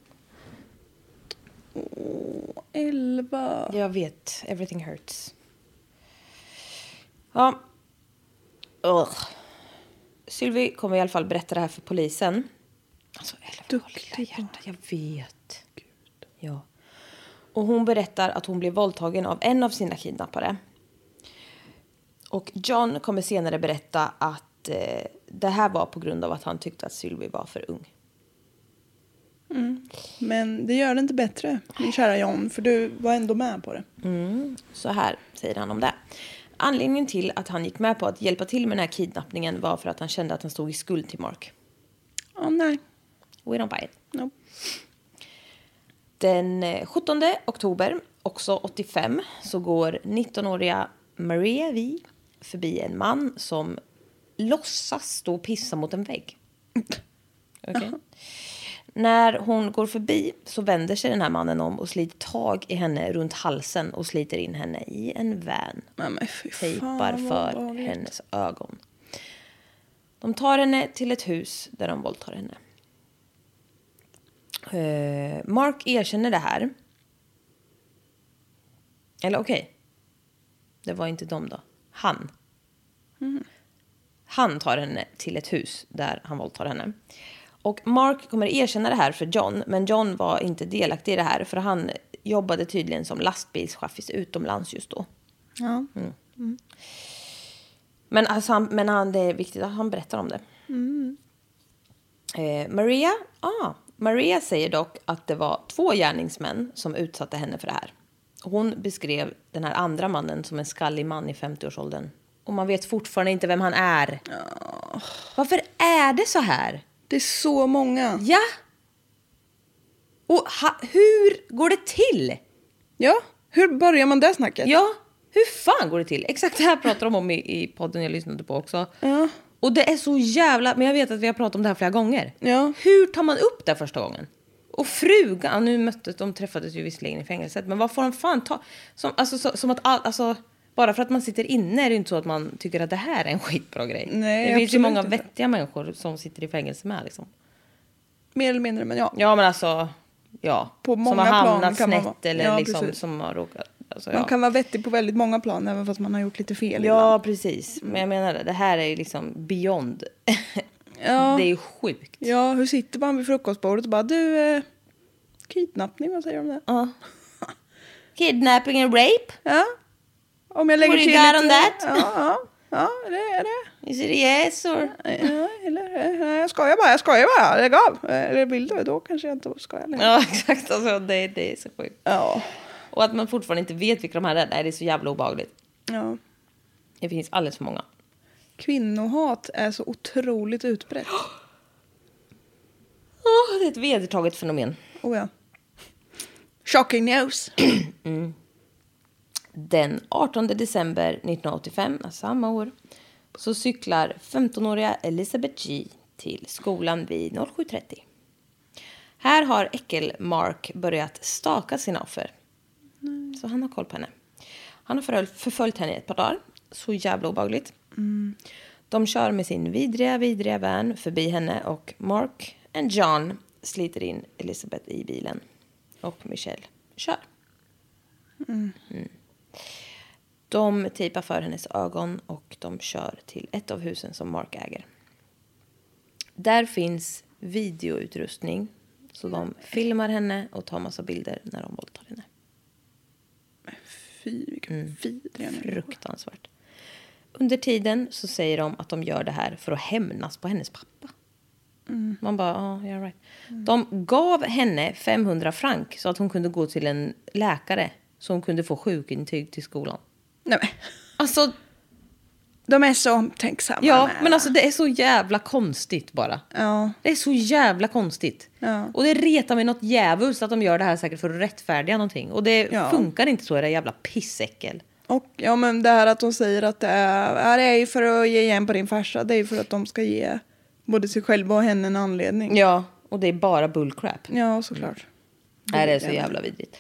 [SPEAKER 5] 11.
[SPEAKER 4] Jag vet. Everything hurts. Ja. Sylvie kommer i alla fall berätta det här för polisen. Alltså, 11 år, lilla hjärta. Jag vet. Gud. Ja. Och hon berättar att hon blev våldtagen av en av sina kidnappare. Och John kommer senare berätta att det här var på grund av att han tyckte att Sylvie var för ung.
[SPEAKER 5] Men det gör det inte bättre, min kära John, för du var ändå med på det.
[SPEAKER 4] Så här säger han om det. Anledningen till att han gick med på att hjälpa till med den här kidnappningen var för att han kände att han stod i skuld till Mark.
[SPEAKER 5] Nej.
[SPEAKER 4] We don't buy it.
[SPEAKER 5] No.
[SPEAKER 4] Den 17 oktober, också 85, så går 19-åriga Maria V förbi en man som låtsas stå och pissa mot en vägg. Okay. När hon går förbi så vänder sig den här mannen om och sliter tag i henne runt halsen och sliter in henne i en van. Tejpar för hennes ögon. De tar henne till ett hus där de våldtar henne. Mark erkänner det här. Eller okej. Det var inte de då. Han. Han tar henne till ett hus där han våldtar henne. Och Mark kommer erkänna det här för John. Men John var inte delaktig i det här. För han jobbade tydligen som lastbilschaffis utomlands just då.
[SPEAKER 5] Ja.
[SPEAKER 4] Men, alltså det är viktigt att han berättar om det. Maria säger dock att det var 2 gärningsmän som utsatte henne för det här. Hon beskrev den här andra mannen som en skallig man i 50-årsåldern. Och man vet fortfarande inte vem han är. Varför är det så här?
[SPEAKER 5] Det är så många.
[SPEAKER 4] Ja. Och hur går det till?
[SPEAKER 5] Ja, hur börjar man det snacket?
[SPEAKER 4] Ja, hur fan går det till? Exakt det här pratar de om i podden jag lyssnade på också.
[SPEAKER 5] Ja.
[SPEAKER 4] Och det är så jävla... Men jag vet att vi har pratat om det här flera gånger.
[SPEAKER 5] Ja.
[SPEAKER 4] Hur tar man upp det första gången? Och frugan, nu de träffades ju visserligen i fängelset. Men vad får de fan ta? Som att bara för att man sitter inne är det inte så att man tycker att det här är en skitbra grej.
[SPEAKER 5] Nej,
[SPEAKER 4] det finns ju många
[SPEAKER 5] inte.
[SPEAKER 4] vettiga människor som sitter i fängelse med liksom.
[SPEAKER 5] Mer eller mindre, men ja.
[SPEAKER 4] Ja, men alltså... Ja,
[SPEAKER 5] På många
[SPEAKER 4] som har hamnat
[SPEAKER 5] plan kan man
[SPEAKER 4] snett eller
[SPEAKER 5] ja,
[SPEAKER 4] liksom
[SPEAKER 5] precis.
[SPEAKER 4] som har råkat... Alltså,
[SPEAKER 5] Man kan vara vettig på väldigt många plan även fast man har gjort lite fel
[SPEAKER 4] Ja,
[SPEAKER 5] ibland.
[SPEAKER 4] precis. Men jag menar det här är ju liksom beyond.
[SPEAKER 5] Ja.
[SPEAKER 4] Det är ju sjukt.
[SPEAKER 5] Ja, hur sitter man vid frukostbordet och bara, du, kidnappning, vad säger du om det?
[SPEAKER 4] Ja. Kidnapping and rape?
[SPEAKER 5] Ja. Om jag lägger
[SPEAKER 4] What
[SPEAKER 5] till
[SPEAKER 4] you got
[SPEAKER 5] lite...
[SPEAKER 4] on that?
[SPEAKER 5] Ja, det är det.
[SPEAKER 4] Is it a yes or?
[SPEAKER 5] Ja, eller, nej, jag skojar bara, lägg av. Eller vill du, då kanske jag inte skojar längre.
[SPEAKER 4] Ja, exakt. Alltså, det är så sjukt.
[SPEAKER 5] Ja.
[SPEAKER 4] Och att man fortfarande inte vet vilka de här är. Nej, det är så jävla obehagligt.
[SPEAKER 5] Ja.
[SPEAKER 4] Det finns alldeles för många.
[SPEAKER 5] Kvinnohat är så otroligt utbrett.
[SPEAKER 4] Det är ett vedertaget fenomen.
[SPEAKER 5] Oh ja. Shocking news.
[SPEAKER 4] Den 18 december 1985, samma år, så cyklar 15-åriga Elizabeth G till skolan vid 07:30. Här har Äckel-Mark börjat staka sina offer. Så han har koll på henne. Han har förföljt henne i ett par dagar. Så jävla obehagligt. De kör med sin vidriga van förbi henne och Mark och John sliter in Elizabeth i bilen. Och Michelle kör. De tejpar för hennes ögon och de kör till ett av husen som Mark äger. Där finns videoutrustning. Så de filmar henne och tar massa bilder när de våldtar henne.
[SPEAKER 5] Fy, vilken vidriga människor.
[SPEAKER 4] Fruktansvärt. Under tiden så säger de att de gör det här för att hämnas på hennes pappa. Man bara, yeah, right. De gav henne 500 frank så att hon kunde gå till en läkare. Så hon kunde få sjukintyg till skolan.
[SPEAKER 5] Nej, men.
[SPEAKER 4] Alltså,
[SPEAKER 5] De är så omtänksamma.
[SPEAKER 4] ja, men alltså det är så jävla konstigt bara.
[SPEAKER 5] Ja.
[SPEAKER 4] Det är så jävla konstigt.
[SPEAKER 5] Ja.
[SPEAKER 4] Och det retar mig något jävulst att de gör det här säkert för att rättfärdiga någonting. Och det funkar inte så, det jävla pissäckel.
[SPEAKER 5] Och ja, men det här att de säger att det är ju för att ge igen på din farsa. Det är ju för att de ska ge både sig själva och henne en anledning.
[SPEAKER 4] Ja, och det är bara bullcrap.
[SPEAKER 5] Ja, såklart.
[SPEAKER 4] Nej, det är så jävla vidrigt.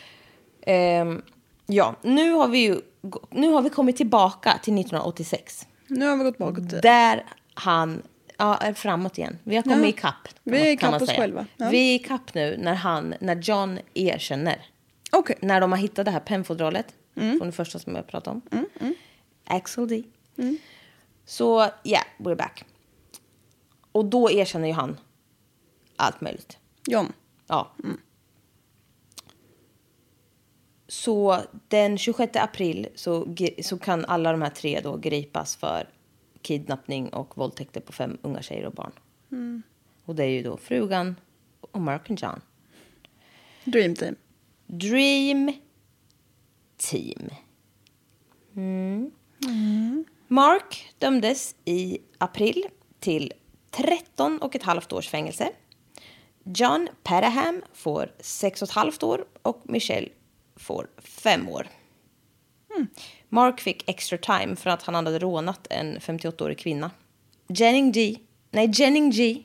[SPEAKER 4] Ja, nu har vi kommit tillbaka till 1986.
[SPEAKER 5] Nu har vi gått bakåt.
[SPEAKER 4] Där han är framåt igen. Vi har kommit ikapp.
[SPEAKER 5] Vi är ikapp
[SPEAKER 4] man
[SPEAKER 5] oss
[SPEAKER 4] säga.
[SPEAKER 5] själva. Ja.
[SPEAKER 4] Vi är ikapp nu när John erkänner.
[SPEAKER 5] Okej.
[SPEAKER 4] När de har hittat det här pennfodralet. Från det första som jag pratade om. Axel D. Så, we're back. Och då erkänner ju han allt möjligt.
[SPEAKER 5] John.
[SPEAKER 4] Ja. Så den 26 april så kan alla de här 3 då gripas för kidnappning och våldtäkter på 5 unga tjejer och barn. Och det är ju då frugan och Mark och John.
[SPEAKER 5] Dream Team.
[SPEAKER 4] Dream Team. Mark dömdes i april till 13,5 års fängelse. John Parham får 6,5 år och Michelle får 5 år. Mark fick extra time för att han hade rånat en 58-årig kvinna. Jennings G.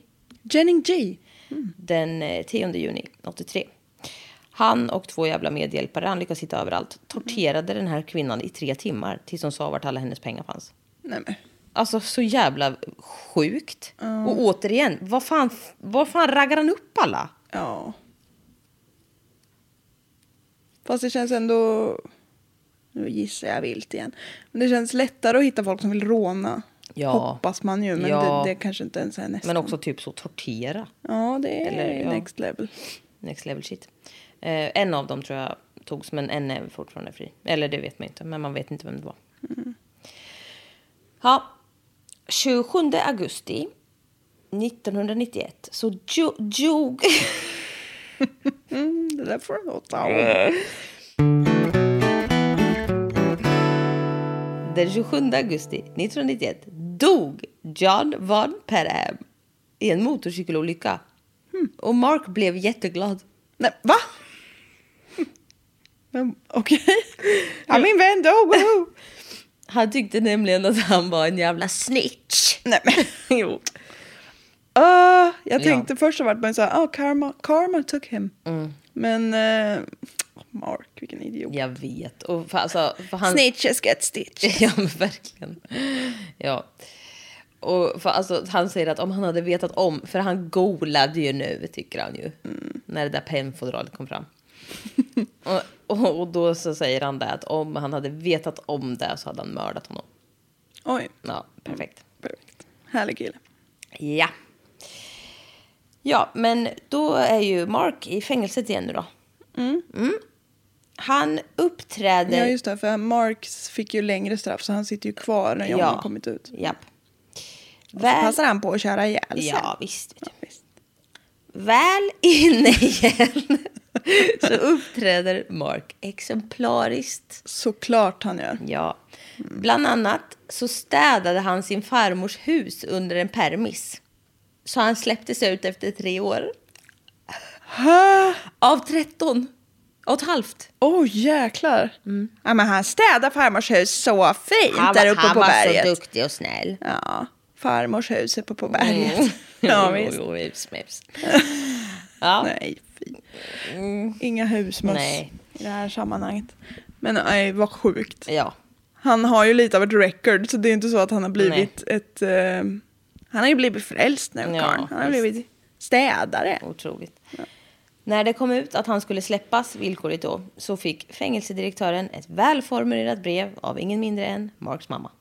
[SPEAKER 4] Den 10 juni 83. Han och 2 jävla medhjälpare, han lyckades hitta överallt, torterade den här kvinnan i 3 timmar tills hon sa vart alla hennes pengar fanns.
[SPEAKER 5] Nej, men.
[SPEAKER 4] Alltså så jävla sjukt. Och återigen, vad fan raggar han upp alla?
[SPEAKER 5] Ja. Fast det känns ändå... Nu gissar jag vilt igen. Men det känns lättare att hitta folk som vill råna.
[SPEAKER 4] Ja.
[SPEAKER 5] Hoppas man ju. Men
[SPEAKER 4] Ja.
[SPEAKER 5] det kanske inte ens är nästan.
[SPEAKER 4] Men också typ så tortera.
[SPEAKER 5] Ja, det är
[SPEAKER 4] Eller, ja.
[SPEAKER 5] next level.
[SPEAKER 4] Next level shit. En av dem tror jag togs, men en är fortfarande fri. Eller det vet man inte, men man vet inte vem det var. Ja, 27 augusti 1991 så dog...
[SPEAKER 5] Det där får du låta.
[SPEAKER 4] Den 27 augusti 1991 dog John Von Parham i en motorcykelolycka. Och Mark blev jätteglad.
[SPEAKER 5] Nej, va? Okej. Ja, min vän dog. Woho!
[SPEAKER 4] Han tyckte nämligen att han var en jävla snitch.
[SPEAKER 5] Nej, men.
[SPEAKER 4] Jo.
[SPEAKER 5] Jag tänkte först så vart man så här, karma took him. Men Mark, vilken idiot.
[SPEAKER 4] Jag vet. Och för han...
[SPEAKER 5] Snitches get stitches.
[SPEAKER 4] Ja, men verkligen. Ja. Och han säger att om han hade vetat om, för han golade ju nu, tycker han ju. När det där pennfodralet kom fram. och då så säger han det att om han hade vetat om det så hade han mördat honom.
[SPEAKER 5] Oj.
[SPEAKER 4] Ja, perfekt.
[SPEAKER 5] Härlig kille.
[SPEAKER 4] Ja. Ja, men då är ju Mark i fängelset igen nu då. Han uppträder...
[SPEAKER 5] Ja, just det. För Mark fick ju längre straff så han sitter ju kvar när John har kommit ut.
[SPEAKER 4] Japp.
[SPEAKER 5] Så passar han på att köra ihjäl sen.
[SPEAKER 4] Ja, visst. Ja, visst. Väl inne igen så uppträder Mark exemplariskt.
[SPEAKER 5] Såklart han gör.
[SPEAKER 4] Ja. Bland annat så städade han sin farmors hus under en permis. Så han släpptes ut efter 3 år. Av 13. Och ett halvt.
[SPEAKER 5] Jäklar. Ja, men han städar farmors hus så fint där uppe på berget.
[SPEAKER 4] Han var så duktig och snäll.
[SPEAKER 5] Ja, farmors hus uppe på berget. Ja, visst.
[SPEAKER 4] Ja.
[SPEAKER 5] Nej, inga husmöss i det här sammanhanget. Men nej, vad sjukt.
[SPEAKER 4] Ja.
[SPEAKER 5] Han har ju lite av ett record, så det är inte så att han har blivit han har ju blivit frälst nu, Karl. Han har blivit städare.
[SPEAKER 4] Otroligt. Ja. När det kom ut att han skulle släppas villkorligt då, så fick fängelsedirektören ett välformulerat brev av ingen mindre än Marks mamma.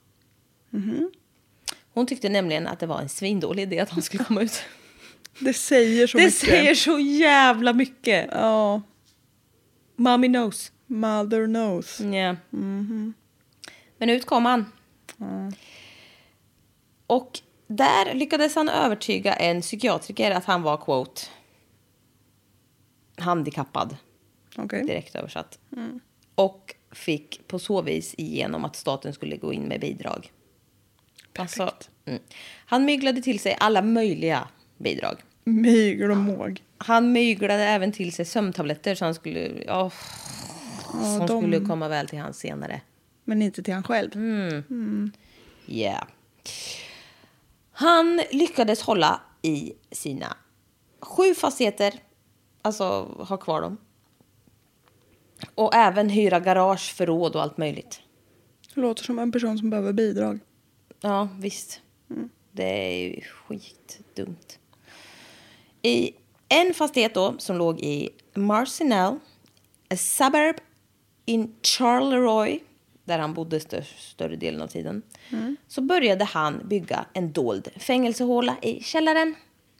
[SPEAKER 4] Hon tyckte nämligen att det var en svindålig idé att han skulle komma ut.
[SPEAKER 5] Det säger så mycket.
[SPEAKER 4] Det säger så jävla mycket.
[SPEAKER 5] Ja.
[SPEAKER 4] Mommy knows.
[SPEAKER 5] Mother knows.
[SPEAKER 4] Ja. Men ut kom han. Och där lyckades han övertyga en psykiatriker att han var, quote, handikappad.
[SPEAKER 5] Okay.
[SPEAKER 4] Direkt översatt. Och fick på så vis igenom att staten skulle gå in med bidrag.
[SPEAKER 5] Perfekt.
[SPEAKER 4] Alltså, han myglade till sig alla möjliga bidrag.
[SPEAKER 5] Mygel och måg.
[SPEAKER 4] Han myglade även till sig sömntabletter så han skulle skulle komma väl till han senare.
[SPEAKER 5] Men inte till han själv.
[SPEAKER 4] Yeah. Han lyckades hålla i sina 7 fastigheter. Alltså ha kvar dem. Och även hyra garage, förråd och allt möjligt.
[SPEAKER 5] Det låter som en person som behöver bidrag.
[SPEAKER 4] Ja, visst. Det är ju skitdumt. I en fastighet då som låg i Marcinelle, a suburb in Charleroi, där han bodde större delen av tiden, så började han bygga en dold fängelsehåla i källaren.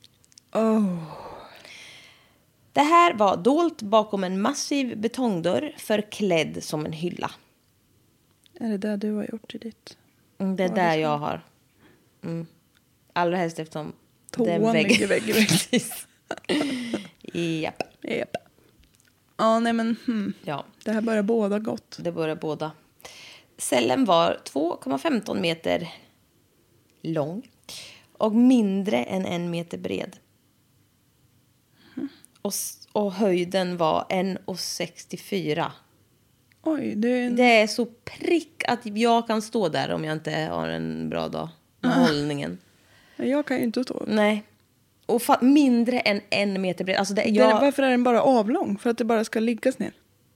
[SPEAKER 4] Det här var dolt bakom en massiv betongdörr förklädd som en hylla.
[SPEAKER 5] Är det där du har gjort i ditt?
[SPEAKER 4] Det är där jag har. Allra helst eftersom
[SPEAKER 5] toan ligger vägg i vägg.
[SPEAKER 4] Japp.
[SPEAKER 5] Ja, nej men
[SPEAKER 4] ja.
[SPEAKER 5] Det här börjar båda gott.
[SPEAKER 4] Det börjar båda. Cellen var 2,15 meter lång och mindre än 1 meter bred. Och höjden var 1,64.
[SPEAKER 5] Oj,
[SPEAKER 4] det är så prick att jag kan stå där om jag inte har en bra dag med hållningen.
[SPEAKER 5] Jag kan ju inte stå.
[SPEAKER 4] Nej. Och mindre än 1 meter bred. Alltså
[SPEAKER 5] varför är den bara avlång? För att det bara ska liggas ner?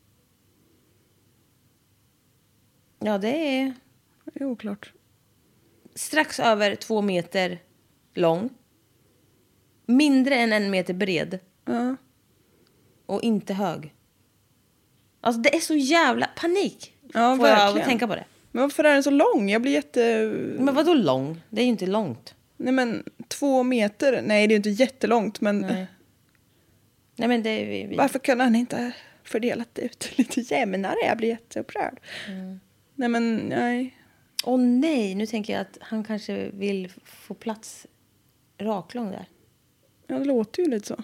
[SPEAKER 4] Ja, det är
[SPEAKER 5] oklart.
[SPEAKER 4] Strax över 2 meter lång. Mindre än 1 meter bred.
[SPEAKER 5] Ja.
[SPEAKER 4] Och inte hög. Alltså det är så jävla panik.
[SPEAKER 5] Ja,
[SPEAKER 4] får
[SPEAKER 5] verkligen.
[SPEAKER 4] Jag tänka på det.
[SPEAKER 5] Men varför är den så lång? Jag blir
[SPEAKER 4] Men vadå lång? Det är ju inte långt.
[SPEAKER 5] Nej men 2 meter. Nej, det är ju inte jättelångt men
[SPEAKER 4] Nej men det är
[SPEAKER 5] varför kunde han inte fördelat ut lite jämnare? Jag blir jätteupprörd. Nej men nej.
[SPEAKER 4] Nej, nu tänker jag att han kanske vill få plats raklång där.
[SPEAKER 5] Ja, det låter ju lite så.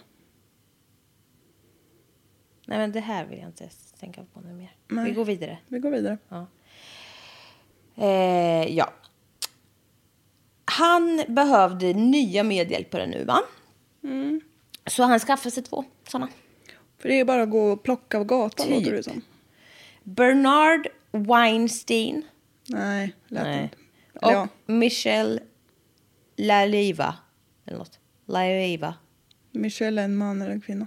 [SPEAKER 4] Nej men det här vill jag inte tänka på nu mer.
[SPEAKER 5] Nej.
[SPEAKER 4] Vi går vidare.
[SPEAKER 5] Ja.
[SPEAKER 4] Ja. Han behövde nya medhjälpare nu, va? Så han skaffade sig 2 sådana.
[SPEAKER 5] För det är bara att gå och plocka av gatan, låter det som.
[SPEAKER 4] Bernard Weinstein.
[SPEAKER 5] Nej, lät inte.
[SPEAKER 4] Och Michelle Laliva. Eller något. Laliva.
[SPEAKER 5] Michelle är en man eller en kvinna?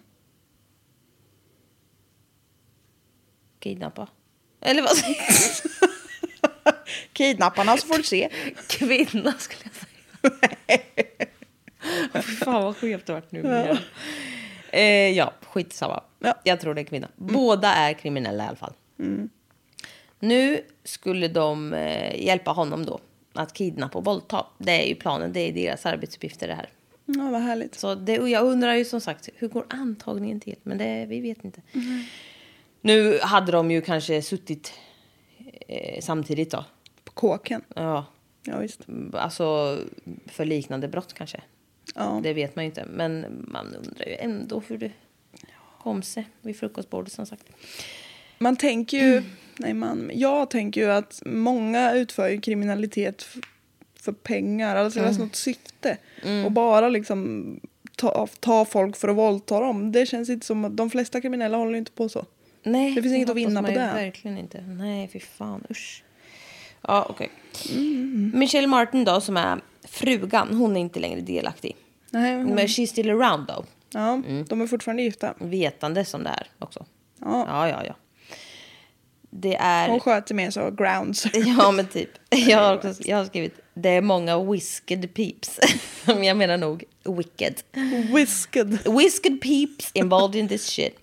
[SPEAKER 4] Kidnappa. Eller vad säger du?
[SPEAKER 5] Kidnapparna, så får du se.
[SPEAKER 4] Kvinna skulle jag säga. Fan vad skevt det varit nu. Ja, skitsamma.
[SPEAKER 5] Ja.
[SPEAKER 4] Jag tror det är kvinna. Båda är kriminella i alla fall. Nu skulle de hjälpa honom då att kidnappa och våldta. Det är ju planen, det är deras arbetsuppgifter det här.
[SPEAKER 5] Ja, vad härligt.
[SPEAKER 4] Så det, och jag undrar ju som sagt, hur går antagningen till? Men det, vi vet inte. Nu hade de ju kanske suttit samtidigt då.
[SPEAKER 5] På kåken.
[SPEAKER 4] Ja.
[SPEAKER 5] Ja, visst.
[SPEAKER 4] Alltså för liknande brott kanske.
[SPEAKER 5] Ja.
[SPEAKER 4] Det vet man ju inte. Men man undrar ju ändå hur det kom sig vid frukostbordet som sagt.
[SPEAKER 5] Man tänker ju... jag tänker ju att många utför ju kriminalitet för pengar. Alltså det är något syfte. Och bara liksom ta folk för att våldta dem. Det känns inte som att de flesta kriminella håller inte på så.
[SPEAKER 4] Nej,
[SPEAKER 5] det finns inget att vinna på det.
[SPEAKER 4] Verkligen inte. Nej, fy fan, usch. Ja, okej. Michelle Martin då, som är frugan, hon är inte längre delaktig.
[SPEAKER 5] Nej,
[SPEAKER 4] men she's still around då.
[SPEAKER 5] Ja, de är fortfarande gifta.
[SPEAKER 4] Vetande som det är också.
[SPEAKER 5] Ja.
[SPEAKER 4] Ja. Det är...
[SPEAKER 5] Hon sköter med så grounds.
[SPEAKER 4] Ja, men typ. Jag har skrivit, det är många wisked peeps. Jag menar nog wicked. Wisked peeps involved in this shit.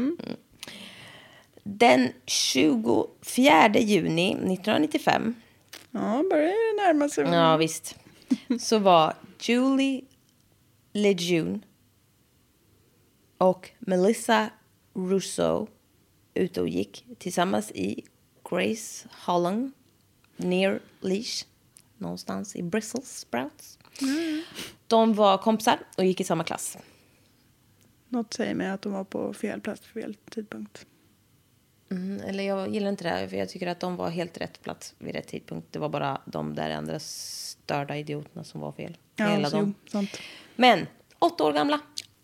[SPEAKER 4] Den 24 juni 1995.
[SPEAKER 5] Ja, börjar det närma sig.
[SPEAKER 4] Ja, visst. Så var Julie Lejeune och Melissa Russo ute och gick tillsammans i Grace Holland near Leash, någonstans i Brussels Sprouts. De var kompisar och gick i samma klass.
[SPEAKER 5] Något säger mig att de var på fel plats för fel tidpunkt.
[SPEAKER 4] Eller jag gillar inte det här, för jag tycker att de var helt rätt plats vid rätt tidpunkt. Det var bara de där andra störda idioterna som var fel.
[SPEAKER 5] Ja,
[SPEAKER 4] hela
[SPEAKER 5] så,
[SPEAKER 4] dem.
[SPEAKER 5] sant.
[SPEAKER 4] Men 8 år gamla.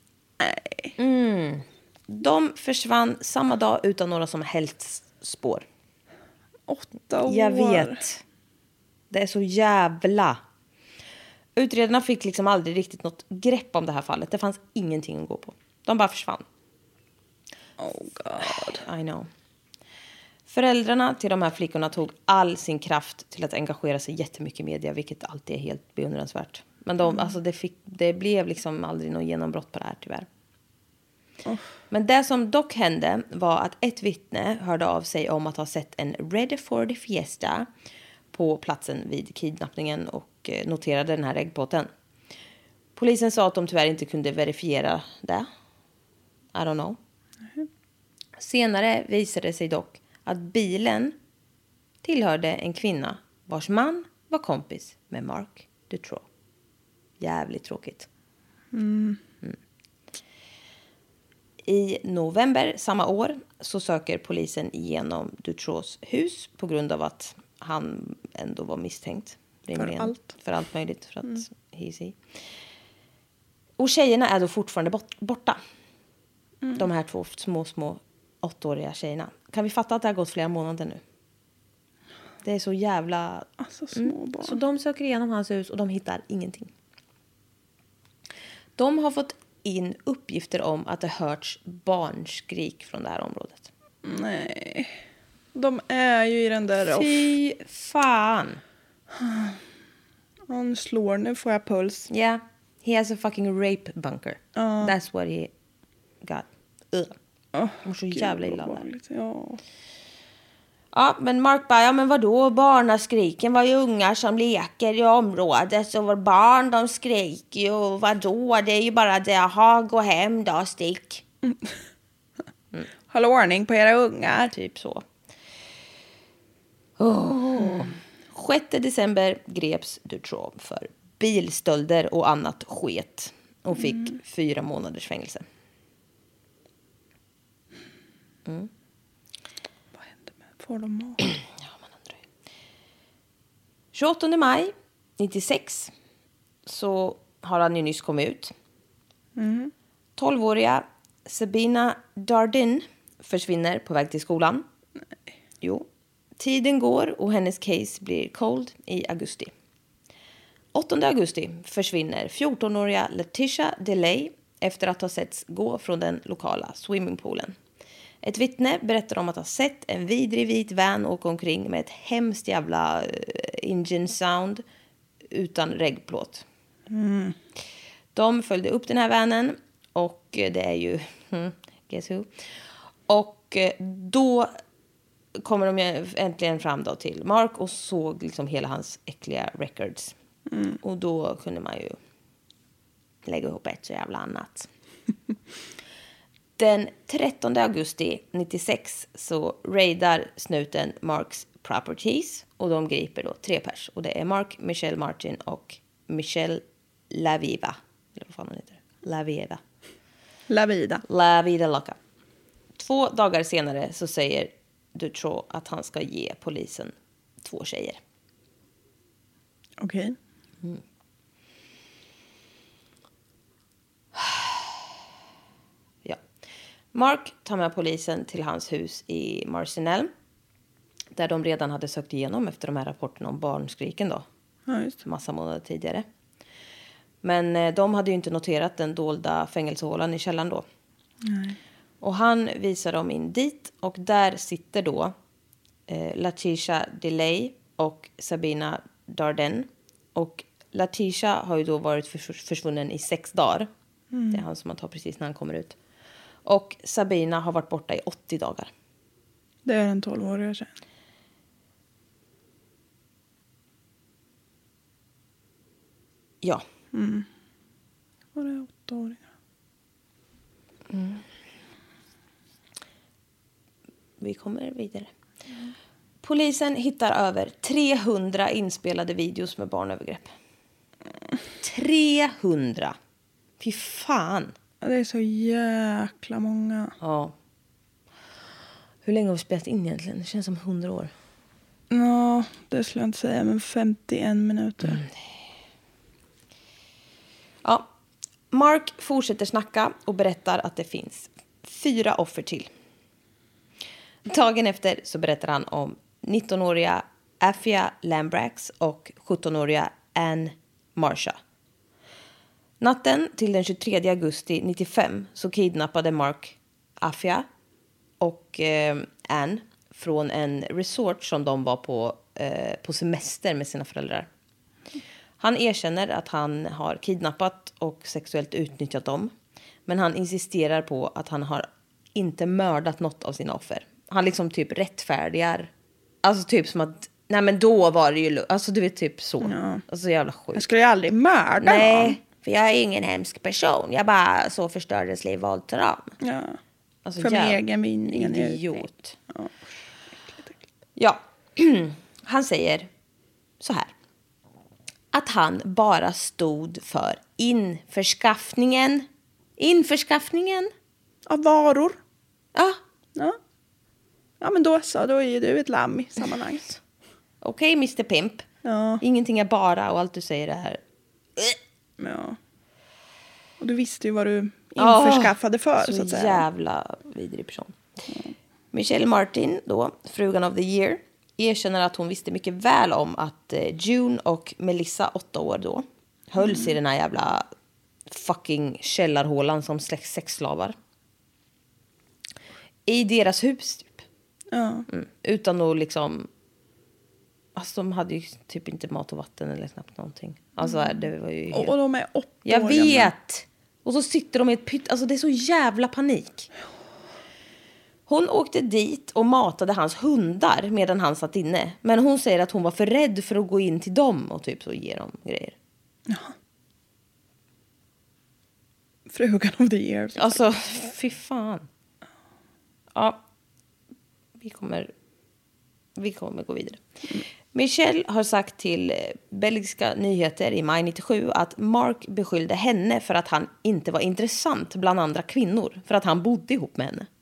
[SPEAKER 5] Nej.
[SPEAKER 4] De försvann samma dag utan några som helst spår.
[SPEAKER 5] 8 år.
[SPEAKER 4] Jag vet. Det är så jävla. Utredarna fick liksom aldrig riktigt något grepp om det här fallet. Det fanns ingenting att gå på. De bara försvann.
[SPEAKER 5] Oh god.
[SPEAKER 4] I know. Föräldrarna till de här flickorna tog all sin kraft till att engagera sig jättemycket i media, vilket alltid är helt beundransvärt. Men alltså det blev liksom aldrig någon genombrott på det här tyvärr. Men det som dock hände var att ett vittne hörde av sig om att ha sett en Red Ford Fiesta på platsen vid kidnappningen och noterade den här äggpåten. Polisen sa att de tyvärr inte kunde verifiera det. I don't know. Senare visade det sig dock att bilen tillhörde en kvinna vars man var kompis med Mark Dutroux. Jävligt tråkigt. I november samma år så söker polisen igenom Dutrouxs hus på grund av att han ändå var misstänkt. För allt möjligt. För att he. Och tjejerna är då fortfarande borta. De här 2 små 8-åriga tjejerna. Kan vi fatta att det har gått flera månader nu? Det är så jävla...
[SPEAKER 5] Alltså små barn.
[SPEAKER 4] Så de söker igenom hans hus och de hittar ingenting. De har fått in uppgifter om att det hörts barnskrik från det här området.
[SPEAKER 5] Nej. De är ju i den där...
[SPEAKER 4] Fy fan.
[SPEAKER 5] Han slår, nu får jag puls.
[SPEAKER 4] Yeah. He has a fucking rape bunker. That's what he got. De mår så jävla illa där. Ja, men Mark bara, ja men vadå? Barnaskriken var ju ungar som leker i området. Så var barn, de skriker ju. Och vadå? Det är ju bara det. Jaha, gå hem då, stick.
[SPEAKER 5] Håll ordning på era ungar.
[SPEAKER 4] Typ så. 6 december greps Dutroux för bilstölder och annat sket. Och fick 4 månaders fängelse.
[SPEAKER 5] Vad hände med? Får de mat?
[SPEAKER 4] Ja, man undrar ju. 28 maj 96 så har han ju nyss kommit ut. 12-åriga Sabina Dardin försvinner på väg till skolan.
[SPEAKER 5] Nej.
[SPEAKER 4] Jo. Tiden går och hennes case blir cold i augusti. 8 augusti försvinner 14-åriga Letitia DeLay efter att ha setts gå från den lokala swimmingpoolen. Ett vittne berättar om att ha sett en vidrig vit van åka omkring med ett hemskt jävla engine sound utan reggplåt. De följde upp den här vanen och det är ju Guess who? Och då kommer de äntligen fram då till Mark och såg liksom hela hans äckliga records. Och då kunde man ju lägga ihop ett så jävla annat. Den 13 augusti 96 så raidar snuten Marks properties och de griper då 3 pers. Och det är Mark, Michelle Martin och Michelle Laviva. Eller vad fan hon heter? La Vida Loca. 2 dagar senare så säger Dutroux att han ska ge polisen 2 tjejer.
[SPEAKER 5] Okej.
[SPEAKER 4] Ja. Mark tar med polisen till hans hus i Marcinelle. Där de redan hade sökt igenom efter de här rapporterna om barnskriken då.
[SPEAKER 5] Ja, just.
[SPEAKER 4] Massa månader tidigare. Men de hade ju inte noterat den dolda fängelsehålan i källaren då.
[SPEAKER 5] Nej.
[SPEAKER 4] Och han visar dem in dit. Och där sitter då Latisha DeLay och Sabina Darden. Och Latisha har ju då varit försvunnen i 6 dagar. Det är han som man tar precis när han kommer ut. Och Sabina har varit borta i 80 dagar.
[SPEAKER 5] Det är en 12-årig tjej.
[SPEAKER 4] Ja.
[SPEAKER 5] Och det är 8-åringar.
[SPEAKER 4] Vi kommer vidare. Polisen hittar över 300 inspelade videos med barnövergrepp. 300! Fy fan!
[SPEAKER 5] Ja, det är så jäkla många.
[SPEAKER 4] Ja. Hur länge har vi spelat in egentligen? Det känns som 100 år.
[SPEAKER 5] Ja, det skulle jag inte säga, men 51 minuter.
[SPEAKER 4] Ja. Mark fortsätter snacka och berättar att det finns 4 offer till. Dagen efter så berättar han om 19-åriga Afia Lambrax och 17-åriga Anne Marsha. Natten till den 23 augusti 95 så kidnappade Mark Afia och Anne från en resort som de var på semester med sina föräldrar. Han erkänner att han har kidnappat och sexuellt utnyttjat dem. Men han insisterar på att han har inte mördat något av sina offer. Han liksom typ rättfärdigar. Alltså typ som att, nej men då var det ju, alltså du vet typ så.
[SPEAKER 5] Ja.
[SPEAKER 4] Alltså jävla sjukt.
[SPEAKER 5] Jag skulle ju aldrig mörda någon.
[SPEAKER 4] Nej, för jag är ingen hemsk person. Jag bara så förstördes liv våld ram.
[SPEAKER 5] Ja.
[SPEAKER 4] Alltså,
[SPEAKER 5] För min egen vinning.
[SPEAKER 4] Idiot.
[SPEAKER 5] Ja.
[SPEAKER 4] Ja, han säger så här. Att han bara stod för införskaffningen. Införskaffningen?
[SPEAKER 5] Av varor.
[SPEAKER 4] Ja.
[SPEAKER 5] Ja. Ja, men då så. Då är ju du ett lamm i sammanhanget.
[SPEAKER 4] Okej, Mr. Pimp.
[SPEAKER 5] Ja.
[SPEAKER 4] Ingenting är bara och allt du säger är...
[SPEAKER 5] Ja. Och du visste ju vad du införskaffade för, så att säga.
[SPEAKER 4] Jävla vidrig person. Michelle Martin, då, frugan of the year, erkänner att hon visste mycket väl om att June och Melissa, 8 år då, hölls i den här jävla fucking källarhålan som sexslavar. I deras hus, typ.
[SPEAKER 5] Ja.
[SPEAKER 4] Utan att liksom... Alltså de hade ju typ inte mat och vatten eller knappt någonting. Alltså det var ju helt...
[SPEAKER 5] Och de är 8 år
[SPEAKER 4] Jag
[SPEAKER 5] gamla.
[SPEAKER 4] vet! Och så sitter de i ett pytt... Alltså det är så jävla panik. Hon åkte dit och matade hans hundar medan han satt inne. Men hon säger att hon var för rädd för att gå in till dem och typ så ge dem grejer.
[SPEAKER 5] Jaha. Frugan of the year.
[SPEAKER 4] Alltså, fy fan. Ja. Vi kommer gå vidare. Michelle har sagt till belgiska nyheter i maj 97 att Mark beskyllde henne för att han inte var intressant bland andra kvinnor. För att han bodde ihop med henne.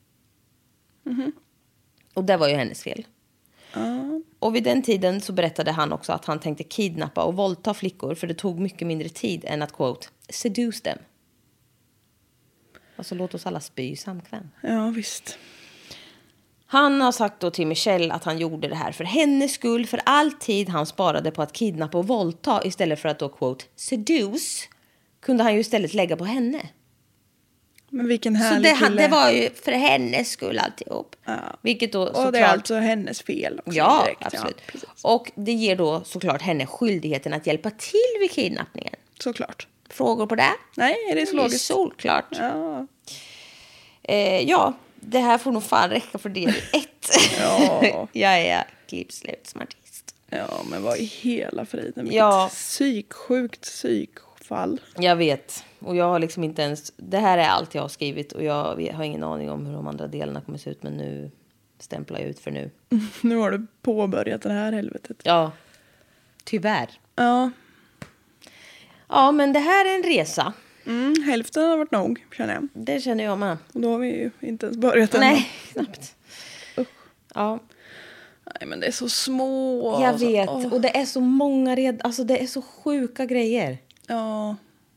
[SPEAKER 4] Och det var ju hennes fel. Och vid den tiden så berättade han också att han tänkte kidnappa och våldta flickor. För det tog mycket mindre tid än att, quote, seduce them. Alltså låt oss alla spy i samkväm.
[SPEAKER 5] Ja, visst.
[SPEAKER 4] Han har sagt då till Michelle att han gjorde det här för hennes skull. För all tid han sparade på att kidnappa och våldta istället för att då, quote, seduce, kunde han ju istället lägga på henne.
[SPEAKER 5] Men vilken härlig
[SPEAKER 4] Så
[SPEAKER 5] kille.
[SPEAKER 4] det var ju för hennes skull alltihop.
[SPEAKER 5] Ja.
[SPEAKER 4] Vilket då
[SPEAKER 5] Och
[SPEAKER 4] såklart...
[SPEAKER 5] det är alltså hennes fel också.
[SPEAKER 4] Ja,
[SPEAKER 5] direkt.
[SPEAKER 4] absolut.
[SPEAKER 5] Ja, precis.
[SPEAKER 4] Och det ger då såklart henne skyldigheten att hjälpa till vid kidnappningen.
[SPEAKER 5] Såklart.
[SPEAKER 4] Frågor på det?
[SPEAKER 5] Nej, är det så
[SPEAKER 4] Det är
[SPEAKER 5] logiskt?
[SPEAKER 4] solklart.
[SPEAKER 5] Ja.
[SPEAKER 4] Ja, det här får nog fan räcka för del 1.
[SPEAKER 5] Ja.
[SPEAKER 4] Jag är klippslutsmartist.
[SPEAKER 5] Ja, men vad i hela friden. Vilket
[SPEAKER 4] Ja.
[SPEAKER 5] psyksjukt psykfall.
[SPEAKER 4] Jag vet. Och jag har liksom inte ens... Det här är allt jag har skrivit. Och jag har ingen aning om hur de andra delarna kommer se ut. Men nu stämplar jag ut för nu.
[SPEAKER 5] Nu har du påbörjat det här helvetet.
[SPEAKER 4] Ja. Tyvärr.
[SPEAKER 5] Ja.
[SPEAKER 4] Ja, men det här är en resa.
[SPEAKER 5] Hälften har varit nog, känner jag.
[SPEAKER 4] Det känner jag med.
[SPEAKER 5] Och då har vi ju inte ens börjat än.
[SPEAKER 4] Nej, knappt. Ja.
[SPEAKER 5] Nej, men det är så små.
[SPEAKER 4] Jag vet. Och det är så många alltså det är så sjuka grejer.
[SPEAKER 5] Ja.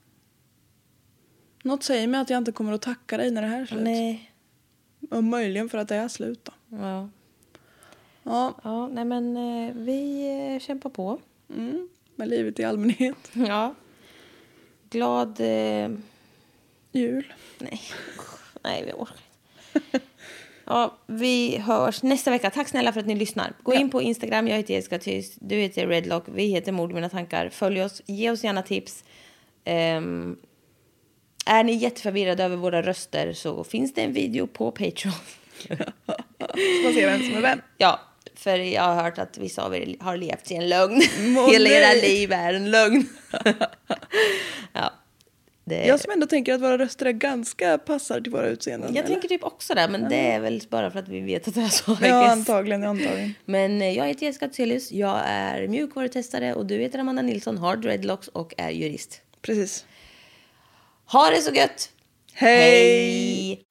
[SPEAKER 5] Något säger mig att jag inte kommer att tacka dig när det här är slut.
[SPEAKER 4] Nej.
[SPEAKER 5] Och möjligen för att det är slut då.
[SPEAKER 4] Ja.
[SPEAKER 5] Ja.
[SPEAKER 4] Ja, nej men vi kämpar på.
[SPEAKER 5] Med livet i allmänhet.
[SPEAKER 4] Ja. Glad...
[SPEAKER 5] Jul.
[SPEAKER 4] Nej, vi orkar inte. Ja, vi hörs nästa vecka. Tack snälla för att ni lyssnar. Gå in på Instagram. Jag heter Jessica Tyst. Du heter Redlock. Vi heter Mord i mina tankar. Följ oss. Ge oss gärna tips. Är ni jätteförvirrade över våra röster så finns det en video på Patreon.
[SPEAKER 5] Så man ser vem som är vem.
[SPEAKER 4] Ja, för jag har hört att vissa av er har levt i en lögn. Hela era liv är en lögn. Ja.
[SPEAKER 5] Jag som ändå tänker att våra röster är ganska passar till våra utseenden.
[SPEAKER 4] Jag tänker typ också det, men det är väl bara för att vi vet att det är så.
[SPEAKER 5] Ja, antagligen.
[SPEAKER 4] Men jag heter Jessica Tselius, jag är mjukvarutestare och du heter Amanda Nilsson, har dreadlocks och är jurist.
[SPEAKER 5] Precis.
[SPEAKER 4] Ha det så gött!
[SPEAKER 5] Hej!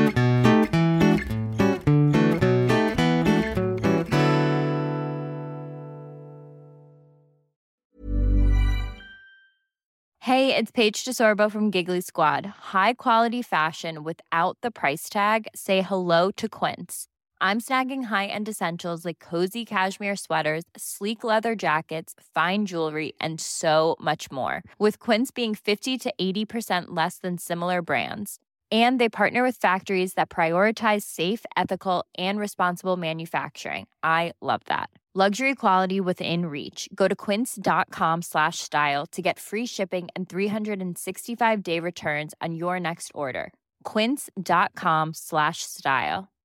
[SPEAKER 2] Hey, it's Paige DeSorbo from Giggly Squad. High quality fashion without the price tag. Say hello to Quince. I'm snagging high-end essentials like cozy cashmere sweaters, sleek leather jackets, fine jewelry, and so much more. With Quince being 50 to 80% less than similar brands. And they partner with factories that prioritize safe, ethical, and responsible manufacturing. I love that. Luxury quality within reach. Go to quince.com/style to get free shipping and 365-day returns on your next order. Quince.com/style.